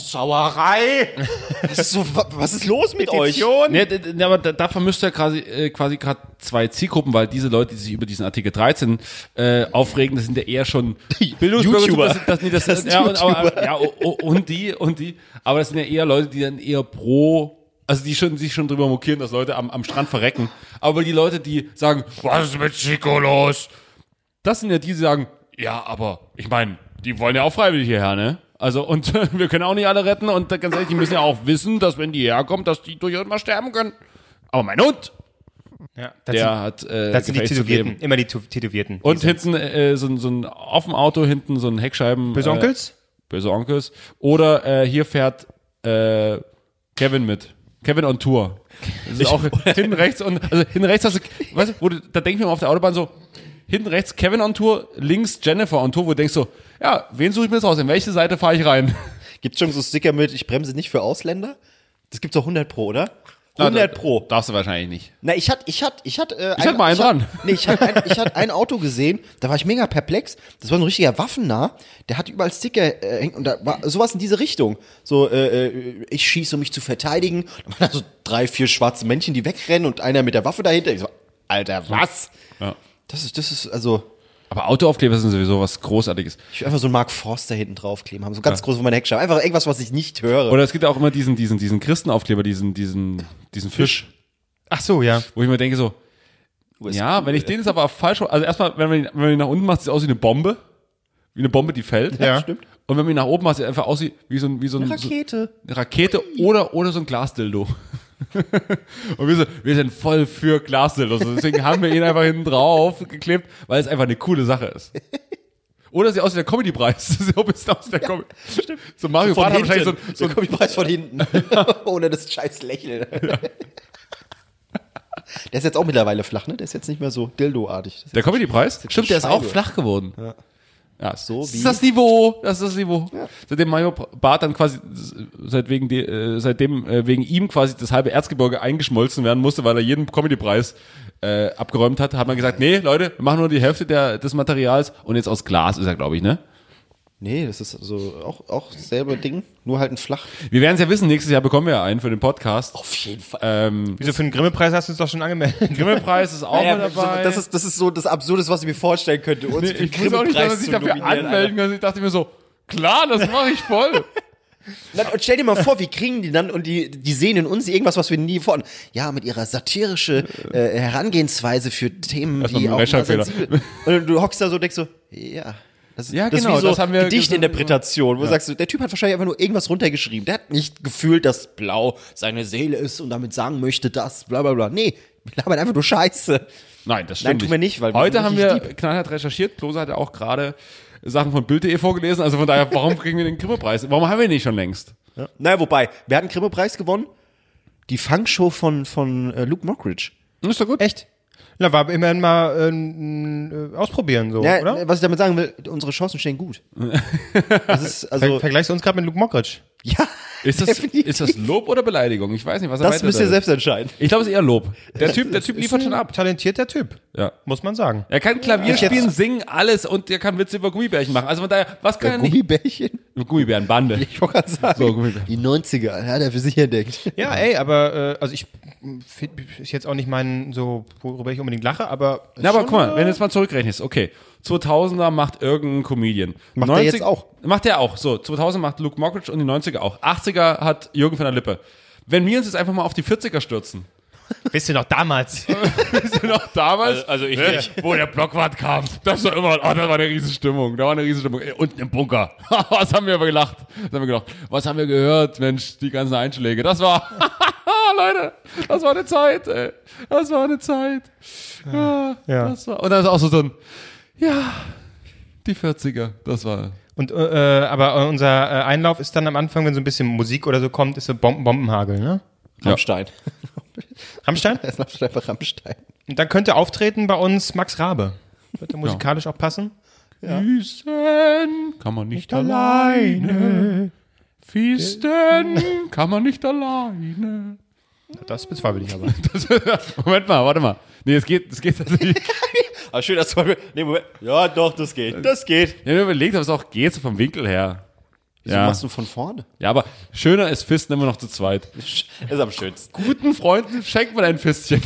Sauerei, das ist so, wa- was ist los mit euch? Nee, d- d- aber da- davon müsst ihr quasi äh, quasi gerade zwei Zielgruppen, weil diese Leute, die sich über diesen Artikel dreizehn äh, aufregen, das sind ja eher schon Bildungsbürger. YouTuber. Das, das, nee, das, Das sind ja, und, aber, YouTuber. ja, o- o- und die und die, aber das sind ja eher Leute, die dann eher pro, also die schon sich schon drüber mokieren, dass Leute am, am Strand verrecken. Aber die Leute, die sagen, was ist mit Chico los? Das sind ja die, die sagen, ja, aber ich meine, die wollen ja auch freiwillig hierher, ne? Also, und wir können auch nicht alle retten und ganz ehrlich, die müssen ja auch wissen, dass wenn die herkommen, dass die durch irgendwas sterben können. Aber mein Hund, Ja, das der sind, hat äh, das sind die gefällt zu Tätowierten, leben. immer die Tu- Tätowierten. Und Die hinten äh, so, ein- so ein, auf dem Auto hinten so ein Heckscheiben. Böse Onkels? Äh, böse Onkels. Oder äh, hier fährt äh, Kevin mit. Kevin on Tour. Das ist auch hinten rechts und, also hinten rechts hast du, weißt du, wo du, da denke ich mir mal auf der Autobahn so, hinten rechts Kevin on Tour, links Jennifer on Tour, wo du denkst so, ja, wen suche ich mir jetzt aus? In welche Seite fahre ich rein? Gibt's schon so Sticker mit, ich bremse nicht für Ausländer? Das gibt's doch hundert pro, oder? hundert pro. Darfst du wahrscheinlich nicht. Na, ich hatte, ich hatte, ich hatte, äh, Ich hatte mal einen ich hatte- dran. Nee, ich hatte ein, ich hatte ein Auto gesehen, da war ich mega perplex. Das war so ein richtiger Waffennah. Der hatte überall Sticker äh, hängen und da war sowas in diese Richtung. So, äh, äh, ich schieße, um mich zu verteidigen. Da waren da so drei, vier schwarze Männchen, die wegrennen und einer mit der Waffe dahinter. Ich so, Alter, was? Ja. Das ist, das ist, also, Aber Autoaufkleber sind sowieso was Großartiges. ich will einfach so einen Mark Forster hinten draufkleben haben. So ganz groß auf meine Heckscheibe. Einfach irgendwas, was ich nicht höre. Oder es gibt ja auch immer diesen, diesen, diesen Christenaufkleber, diesen, diesen, diesen Fisch, Ach so, ja. wo ich mir denke so, ja, wenn ich den jetzt aber falsch, also erstmal, wenn man ihn, wenn man ihn nach unten macht, sieht es aus wie eine Bombe. Wie eine Bombe, die fällt. Ja. Stimmt. Und wenn man ihn nach oben macht, sieht es einfach aus wie, wie so ein, wie so ein, Rakete. So eine Rakete oder, oder so ein Glasdildo. Und wir sind, wir sind voll für Glasdildos. Und deswegen haben wir ihn einfach hinten drauf geklebt, weil es einfach eine coole Sache ist. Oder sieht aus wie der Comedy-Preis. So ein bisschen aus der Comedy. Stimmt. So Mario Von Barth hat hinten. wahrscheinlich so, ein- so so ein kommt die Preis von hinten. Ohne das scheiß Lächeln. Der ist jetzt auch mittlerweile flach, ne? Der ist jetzt nicht mehr so Dildo-artig. Das ist Der Comedy-Preis? jetzt Stimmt, der ist eine auch Scheibe. flach geworden. Ja, ja So das wie- ist das Niveau. Das ist das Niveau. Seitdem Mario Barth dann quasi, seit wegen die, äh, seitdem äh, wegen ihm quasi das halbe Erzgebirge eingeschmolzen werden musste, weil er jeden Comedy-Preis äh, abgeräumt hat, hat man gesagt, nee, Leute, wir machen nur die Hälfte der, des Materials und jetzt aus Glas ist er, glaube ich, ne? Nee, das ist so auch, auch selbe Ding, nur halt ein flach. Wir werden es ja wissen, nächstes Jahr bekommen wir ja einen für den Podcast. Auf jeden Fall. Ähm, Wieso für den Grimme-Preis hast du uns doch schon angemeldet? Grimme-Preis ist auch Naja, mit dabei. das, ist, das ist so das Absurdeste, was ich mir vorstellen könnte. Uns Nee, für den ich wusste auch nicht, dass man Grimme-Preis sich zu dafür nominieren, anmelden kann. Ich dachte mir so, klar, das mache ich voll. Alter. Und stell dir mal vor, wie kriegen die dann und die, die sehen in uns irgendwas, was wir nie vor. Ja, mit ihrer satirische äh, Herangehensweise für Themen, Erstmal die mit auch mal Rechtschreibfehler. sensibel. Und du hockst da so und denkst so, ja. Das, Ja, das genau, ist wie so das haben wir Gedichtinterpretation, wo du sagst, der Typ hat wahrscheinlich einfach nur irgendwas runtergeschrieben. Der hat nicht gefühlt, dass Blau seine Seele ist und damit sagen möchte, dass bla bla bla. Nee, wir labern einfach nur Scheiße. Nein, das Nein, stimmt tun wir nicht, weil wir Heute sind haben richtig wir deep. knallhart recherchiert. Klose hat ja auch gerade Sachen von Bild punkt de vorgelesen. Also von daher, warum kriegen wir den Grimme-Preis? Warum haben wir ihn nicht schon längst? Ja. Naja, wobei, wer hat einen Grimme-Preis gewonnen? Die Funkshow von, von äh, Luke Mockridge. Ist doch gut. Echt? Na, war immerhin mal äh, n- äh, ausprobieren, so, Ja, oder? was ich damit sagen will, unsere Chancen stehen gut. Das ist, also, Ver vergleichst du uns gerade mit Luke Mockridge? ja, Ist das, definitiv. ist das Lob oder Beleidigung? Ich weiß nicht, was er Das weiter müsst ihr da- selbst entscheiden. Ich glaube, es ist eher Lob. Der Typ, der Typ liefert schon ab. Talentierter Typ, Ja. muss man sagen. Er kann Klavier Ist jetzt- spielen, singen, alles und er kann Witze über Gummibärchen machen. Also von daher, was kann er nicht? Gummibärchen? Gummibärenbande. Ich wollte gerade sagen. So, Gummibärchen. Die neunziger, hat er für sich entdeckt. Ja, ey, aber äh, also ich find, ist jetzt auch nicht mein so, worüber ich unbedingt lache, aber Na, aber guck mal, wenn du jetzt mal zurückrechnest, okay, zweitausender macht irgendein Comedian. Macht der jetzt auch? Macht der auch, so, zweitausend macht Luke Mockridge und die neunziger auch. achtziger hat Jürgen von der Lippe. Wenn wir uns jetzt einfach mal auf die vierziger stürzen. wisst ihr noch damals? Wisst ihr noch damals? Also ich ne, nicht. Wo der Blockwart kam. Das war immer, oh, das war eine Riesenstimmung. Da war eine Riesenstimmung. Ey, unten im Bunker. Was haben wir aber gelacht? Was haben wir gedacht? Was haben wir gehört? Mensch, die ganzen Einschläge. Das war, Leute, das war eine Zeit, ey. Das war eine Zeit. Ja, Ja. Das war, und dann ist auch so so ein, ja, die vierziger. Das war, Und äh, aber unser äh, Einlauf ist dann am Anfang, wenn so ein bisschen Musik oder so kommt, ist so Bomben Bombenhagel, ne? Rammstein. Rammstein? Es läuft einfach Rammstein. Und dann könnte auftreten bei uns Max Rabe. Wird der musikalisch auch passen? Fiesten kann man nicht alleine. Fiesten kann man nicht alleine. Das bezweifle ich aber. Moment mal, warte mal. Nee, es geht, es geht tatsächlich. Aber schön, dass du nee, Moment. Ja, doch, das geht. Das geht. Ich habe mir überlegt, ob es auch geht, so vom Winkel her. Wieso Ja. machst du von vorne? Ja, aber schöner ist Fisten immer noch zu zweit. Ist am schönsten. Guten Freunden schenkt man ein Fistchen.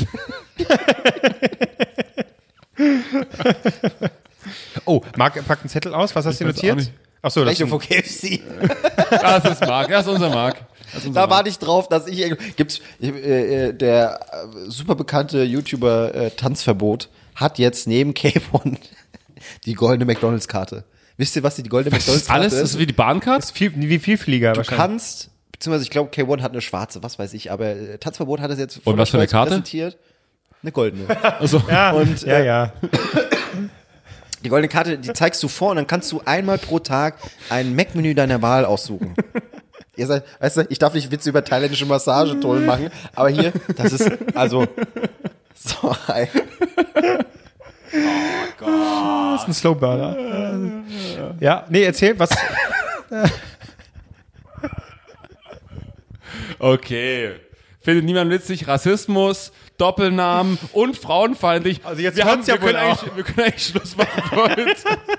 Oh, Marc packt einen Zettel aus. Was hast du weiß auch notiert? nicht. Achso, das Rechnung von K F C. Das ist Marc, das ist unser Marc. Das ist unser Da Marc. warte ich drauf, dass ich irgend- gibt's äh, äh, der äh, super bekannte YouTuber äh, Tanzverbot hat jetzt neben K eins die goldene McDonald's-Karte. Wisst ihr, was die goldene Das ist McDonald's-Karte alles, ist? das ist wie die Bahncard. ist viel, wie Vielflieger Du wahrscheinlich. kannst, beziehungsweise ich glaube, K eins hat eine schwarze, was weiß ich, aber äh, Tanzverbot hat es jetzt Und was für eine stolz Karte? präsentiert. Eine goldene. Also, Ja, Und, ja, äh, ja. Die goldene Karte, die zeigst du vor und dann kannst du einmal pro Tag ein Mac-Menü deiner Wahl aussuchen. Ihr seid, weißt du, ich darf nicht Witze über thailändische Massagetollen machen, aber hier, das ist, also, so, ey. Das ist ein Slowburner. Ja, nee, erzähl, was. okay. Findet niemand witzig, Rassismus, Doppelnamen und frauenfeindlich. Also jetzt wir, hört's ja wir, können wohl eigentlich, wir können eigentlich Schluss machen für heute.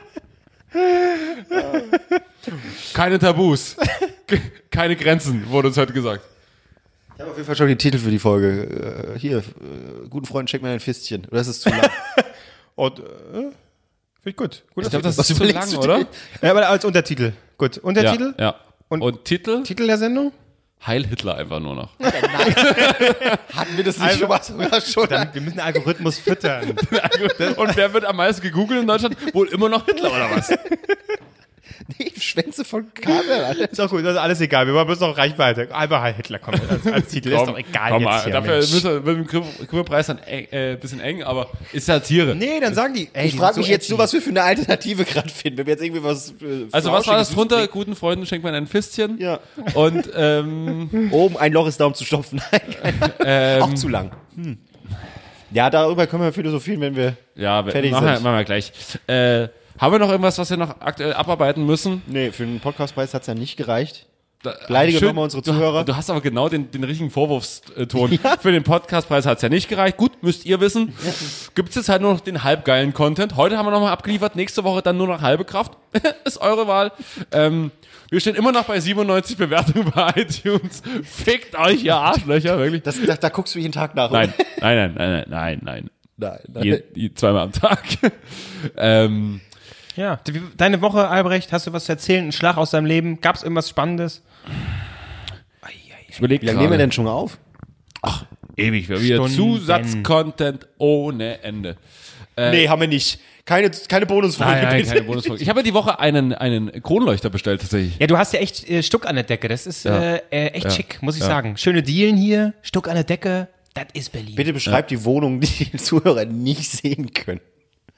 Keine Tabus. Ge- Keine Grenzen, wurde uns heute gesagt. Ich habe auf jeden Fall schon den Titel für die Folge. Äh, hier, äh, guten Freund, check mir ein Fistchen. Oder ist es zu lang? Und, äh, finde ich gut. gut Ich glaube, das Was ist zu überlegst lang, du dir? oder? ja, aber als Untertitel. Gut, Untertitel? Ja, ja. Und- Und, Titel? Titel der Sendung? Heil Hitler einfach nur noch. Hatten wir das nicht Also- schon mal sogar schon? Dann, wir müssen den Algorithmus füttern. Und wer wird am meisten gegoogelt in Deutschland? Wohl immer noch Hitler, oder was? Nee, Schwänze von Kabel, Alter. Ist auch gut, das ist alles egal. Wir wollen bloß noch Reichweite. Einfach halt Hitler kommen als, als Titel. ist doch egal komm, jetzt hier, dafür Mensch. müssen wir, wird der Grimme-Preis dann ein äh, bisschen eng, aber ist Satire. Nee, dann sagen die. Ey, Ich die frage sind mich so jetzt edgy. nur, was wir für eine Alternative gerade finden. Wenn wir jetzt irgendwie was. Äh, Also was war das Flauschiges drunter? übrig- Guten Freunden schenkt man ein Fistchen. Ja. Und ähm, Oben ein Loch ist da, um zu stopfen. Nein, ähm, auch zu lang. Hm. Ja, darüber können wir philosophieren, wenn wir. ja, wir- fertig machen, wir, sind. machen wir gleich. Äh, haben wir noch irgendwas, was wir noch aktuell abarbeiten müssen? Nee, für den Podcastpreis hat es ja nicht gereicht. Da, Beleidige schön, nochmal unsere du, Zuhörer. Du hast aber genau den, den richtigen Vorwurfston. Für den Podcastpreis hat es ja nicht gereicht. Gut, müsst ihr wissen. Gibt es jetzt halt nur noch den halbgeilen Content. Heute haben wir nochmal abgeliefert. Nächste Woche dann nur noch halbe Kraft. Ist eure Wahl. Ähm, wir stehen immer noch bei siebenundneunzig Bewertungen bei iTunes. Fickt euch, ihr Arschlöcher, wirklich. Das, da, da guckst du jeden Tag nach. Nein, nein, nein, nein, nein, nein. Nein, nein. Je, je, zweimal am Tag. ähm, Ja. Wie- Deine Woche, Albrecht, hast du was zu erzählen? Ein Schlag aus deinem Leben? Gab es irgendwas Spannendes? ich überlege Wie lange nehmen wir denn schon auf? Ewig, wir wieder Stunden. Zusatzcontent ohne Ende. nee, haben wir nicht. Keine, keine Bonusfolge. Nein, nein, bitte. keine Bonusfolge. Ich habe ja die Woche einen, einen Kronleuchter bestellt tatsächlich. Ja, du hast ja echt äh, Stuck an der Decke. Das ist Ja. äh, äh, echt Ja. schick, muss ich Ja. sagen. Schöne Dielen hier, Stuck an der Decke. Das ist Berlin. Bitte beschreib die Wohnung, die die Zuhörer nicht sehen können.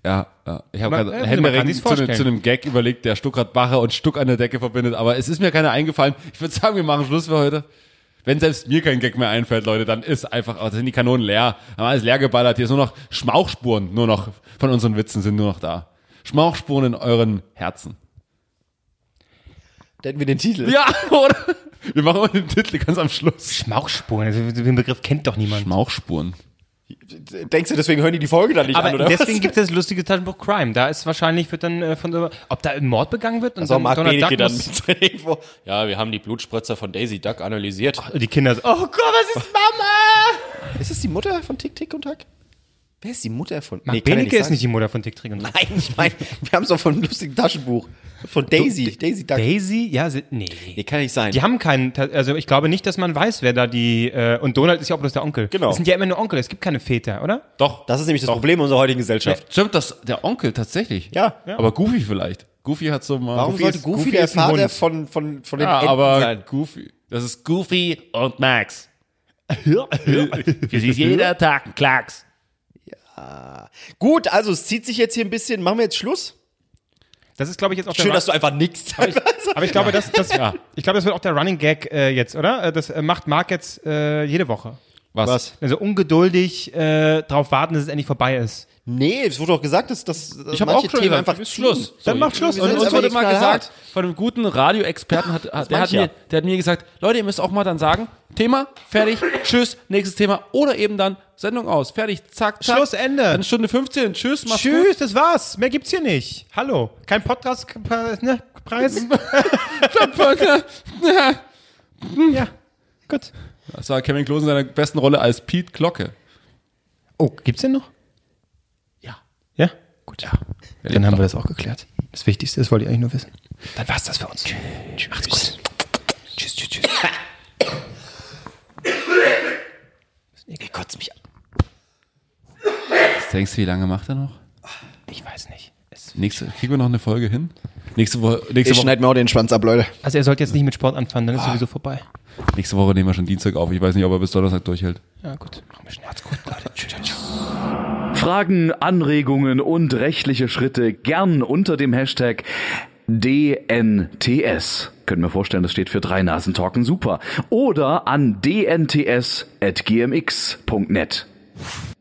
Ja, ja. Ich habe Man- gerade ja, man händeringend kann sich's zu, ne- vorstellen. zu einem Gag überlegt, der Stuckrad-Bacher und Stuck an der Decke verbindet, aber es ist mir keiner eingefallen. Ich würde sagen, wir machen Schluss für heute. Wenn selbst mir kein Gag mehr einfällt, Leute, dann ist einfach, oh, da sind die Kanonen leer. Haben alles leer geballert. Hier ist nur noch Schmauchspuren, nur noch von unseren Witzen sind nur noch da. Schmauchspuren in euren Herzen. Da hätten wir den Titel. Ja, oder? Wir machen immer den Titel ganz am Schluss. Schmauchspuren, also den Begriff kennt doch niemand. Schmauchspuren. Denkst du, deswegen hören die die Folge dann nicht Aber an, oder deswegen was? gibt es das lustige Taschenbuch Crime. Da ist wahrscheinlich, wird dann äh, von der, ob da ein Mord begangen wird und So, Mark Donald Benecke Duck dann muss- mit seiner Info. Ja, wir haben die Blutspritzer von Daisy Duck analysiert. die Kinder so, oh Gott, was ist Mama? Ist das die Mutter von Tick, Tick und Tack? Wer ist die Mutter von... Mark Nee, kann er Benecke ist sagen. nicht die Mutter von Tick, Trick und Track. Nein, ich meine, wir haben es doch von einem lustigen Taschenbuch. Von Daisy. Daisy Duck. Daisy? Ja, sie, nee. Nee, kann ja nicht sein. Die haben keinen, also ich glaube nicht, dass man weiß, wer da die, äh, und Donald ist ja auch bloß der Onkel. Genau. Das sind ja immer nur Onkel, es gibt keine Väter, oder? Doch. Das ist nämlich das Problem unserer heutigen Gesellschaft. Stimmt, das, der Onkel tatsächlich. Ja. Aber Goofy vielleicht. Goofy hat so mal. Warum Goofy sollte ist- Goofy, Goofy der ist ein Vater Hund. von, von, von den Ja, Enten aber sein? Goofy. Das ist Goofy und Max. Für sie ist jeder Tag ein Klacks. Gut, also es zieht sich jetzt hier ein bisschen. Machen wir jetzt Schluss? Das ist, glaube ich, jetzt auch Schön, der dass du einfach nickst. Aber ich glaube, das, das, ich glaube, das wird auch der Running Gag äh, jetzt, oder? Äh, Das äh, macht Mark jetzt äh, jede Woche. Was? Was? Also ungeduldig äh, drauf warten, dass es endlich vorbei ist. Nee, es wurde doch gesagt, dass, dass, dass Ich habe auch schon Themen gesagt, einfach ist ziehen. Schluss. Dann macht Schluss. wir Und sind uns einfach wurde nicht mal knallhart. gesagt, von einem guten Radioexperten, hat, hat, der, hat mancher. mir, der hat mir gesagt, Leute, ihr müsst auch mal dann sagen, Thema, fertig, tschüss, nächstes Thema. Oder eben dann Sendung aus, fertig, zack, zack. Schluss, Ende. Dann Stunde fünfzehn, tschüss, mach's gut. Tschüss, das war's. Mehr gibt's hier nicht. Hallo. Kein Podcast, ne, Preis? Ja, gut. Das war Kevin Klose in seiner besten Rolle als Pete Glocke. Oh, gibt's den noch? Ja. Ja? Gut. Ja. Dann haben wir das auch geklärt. Das Wichtigste, das wollte ich eigentlich nur wissen. Dann war's das für uns. Tschüss. Macht's gut. Tschüss, tschüss, tschüss. Ihr kotzt mich an. Was denkst du, wie lange macht er noch? Ich weiß nicht. Es Nächste, kriegen wir noch eine Folge hin? Nächste Woche, nächste Ich Woche, schneide mir auch den Schwanz ab, Leute. Also er sollte jetzt nicht mit Sport anfangen, dann ist sowieso vorbei. nächste Woche nehmen wir schon Dienstag auf. Ich weiß nicht, ob er bis Donnerstag durchhält. Ja gut, machen wir schnell. Macht's gut, Leute. Tschüss, tschüss. Fragen, Anregungen und rechtliche Schritte gern unter dem Hashtag D N T S. Können wir vorstellen, das steht für drei Nasen Talken super. Oder an d n t s at g m x punkt net.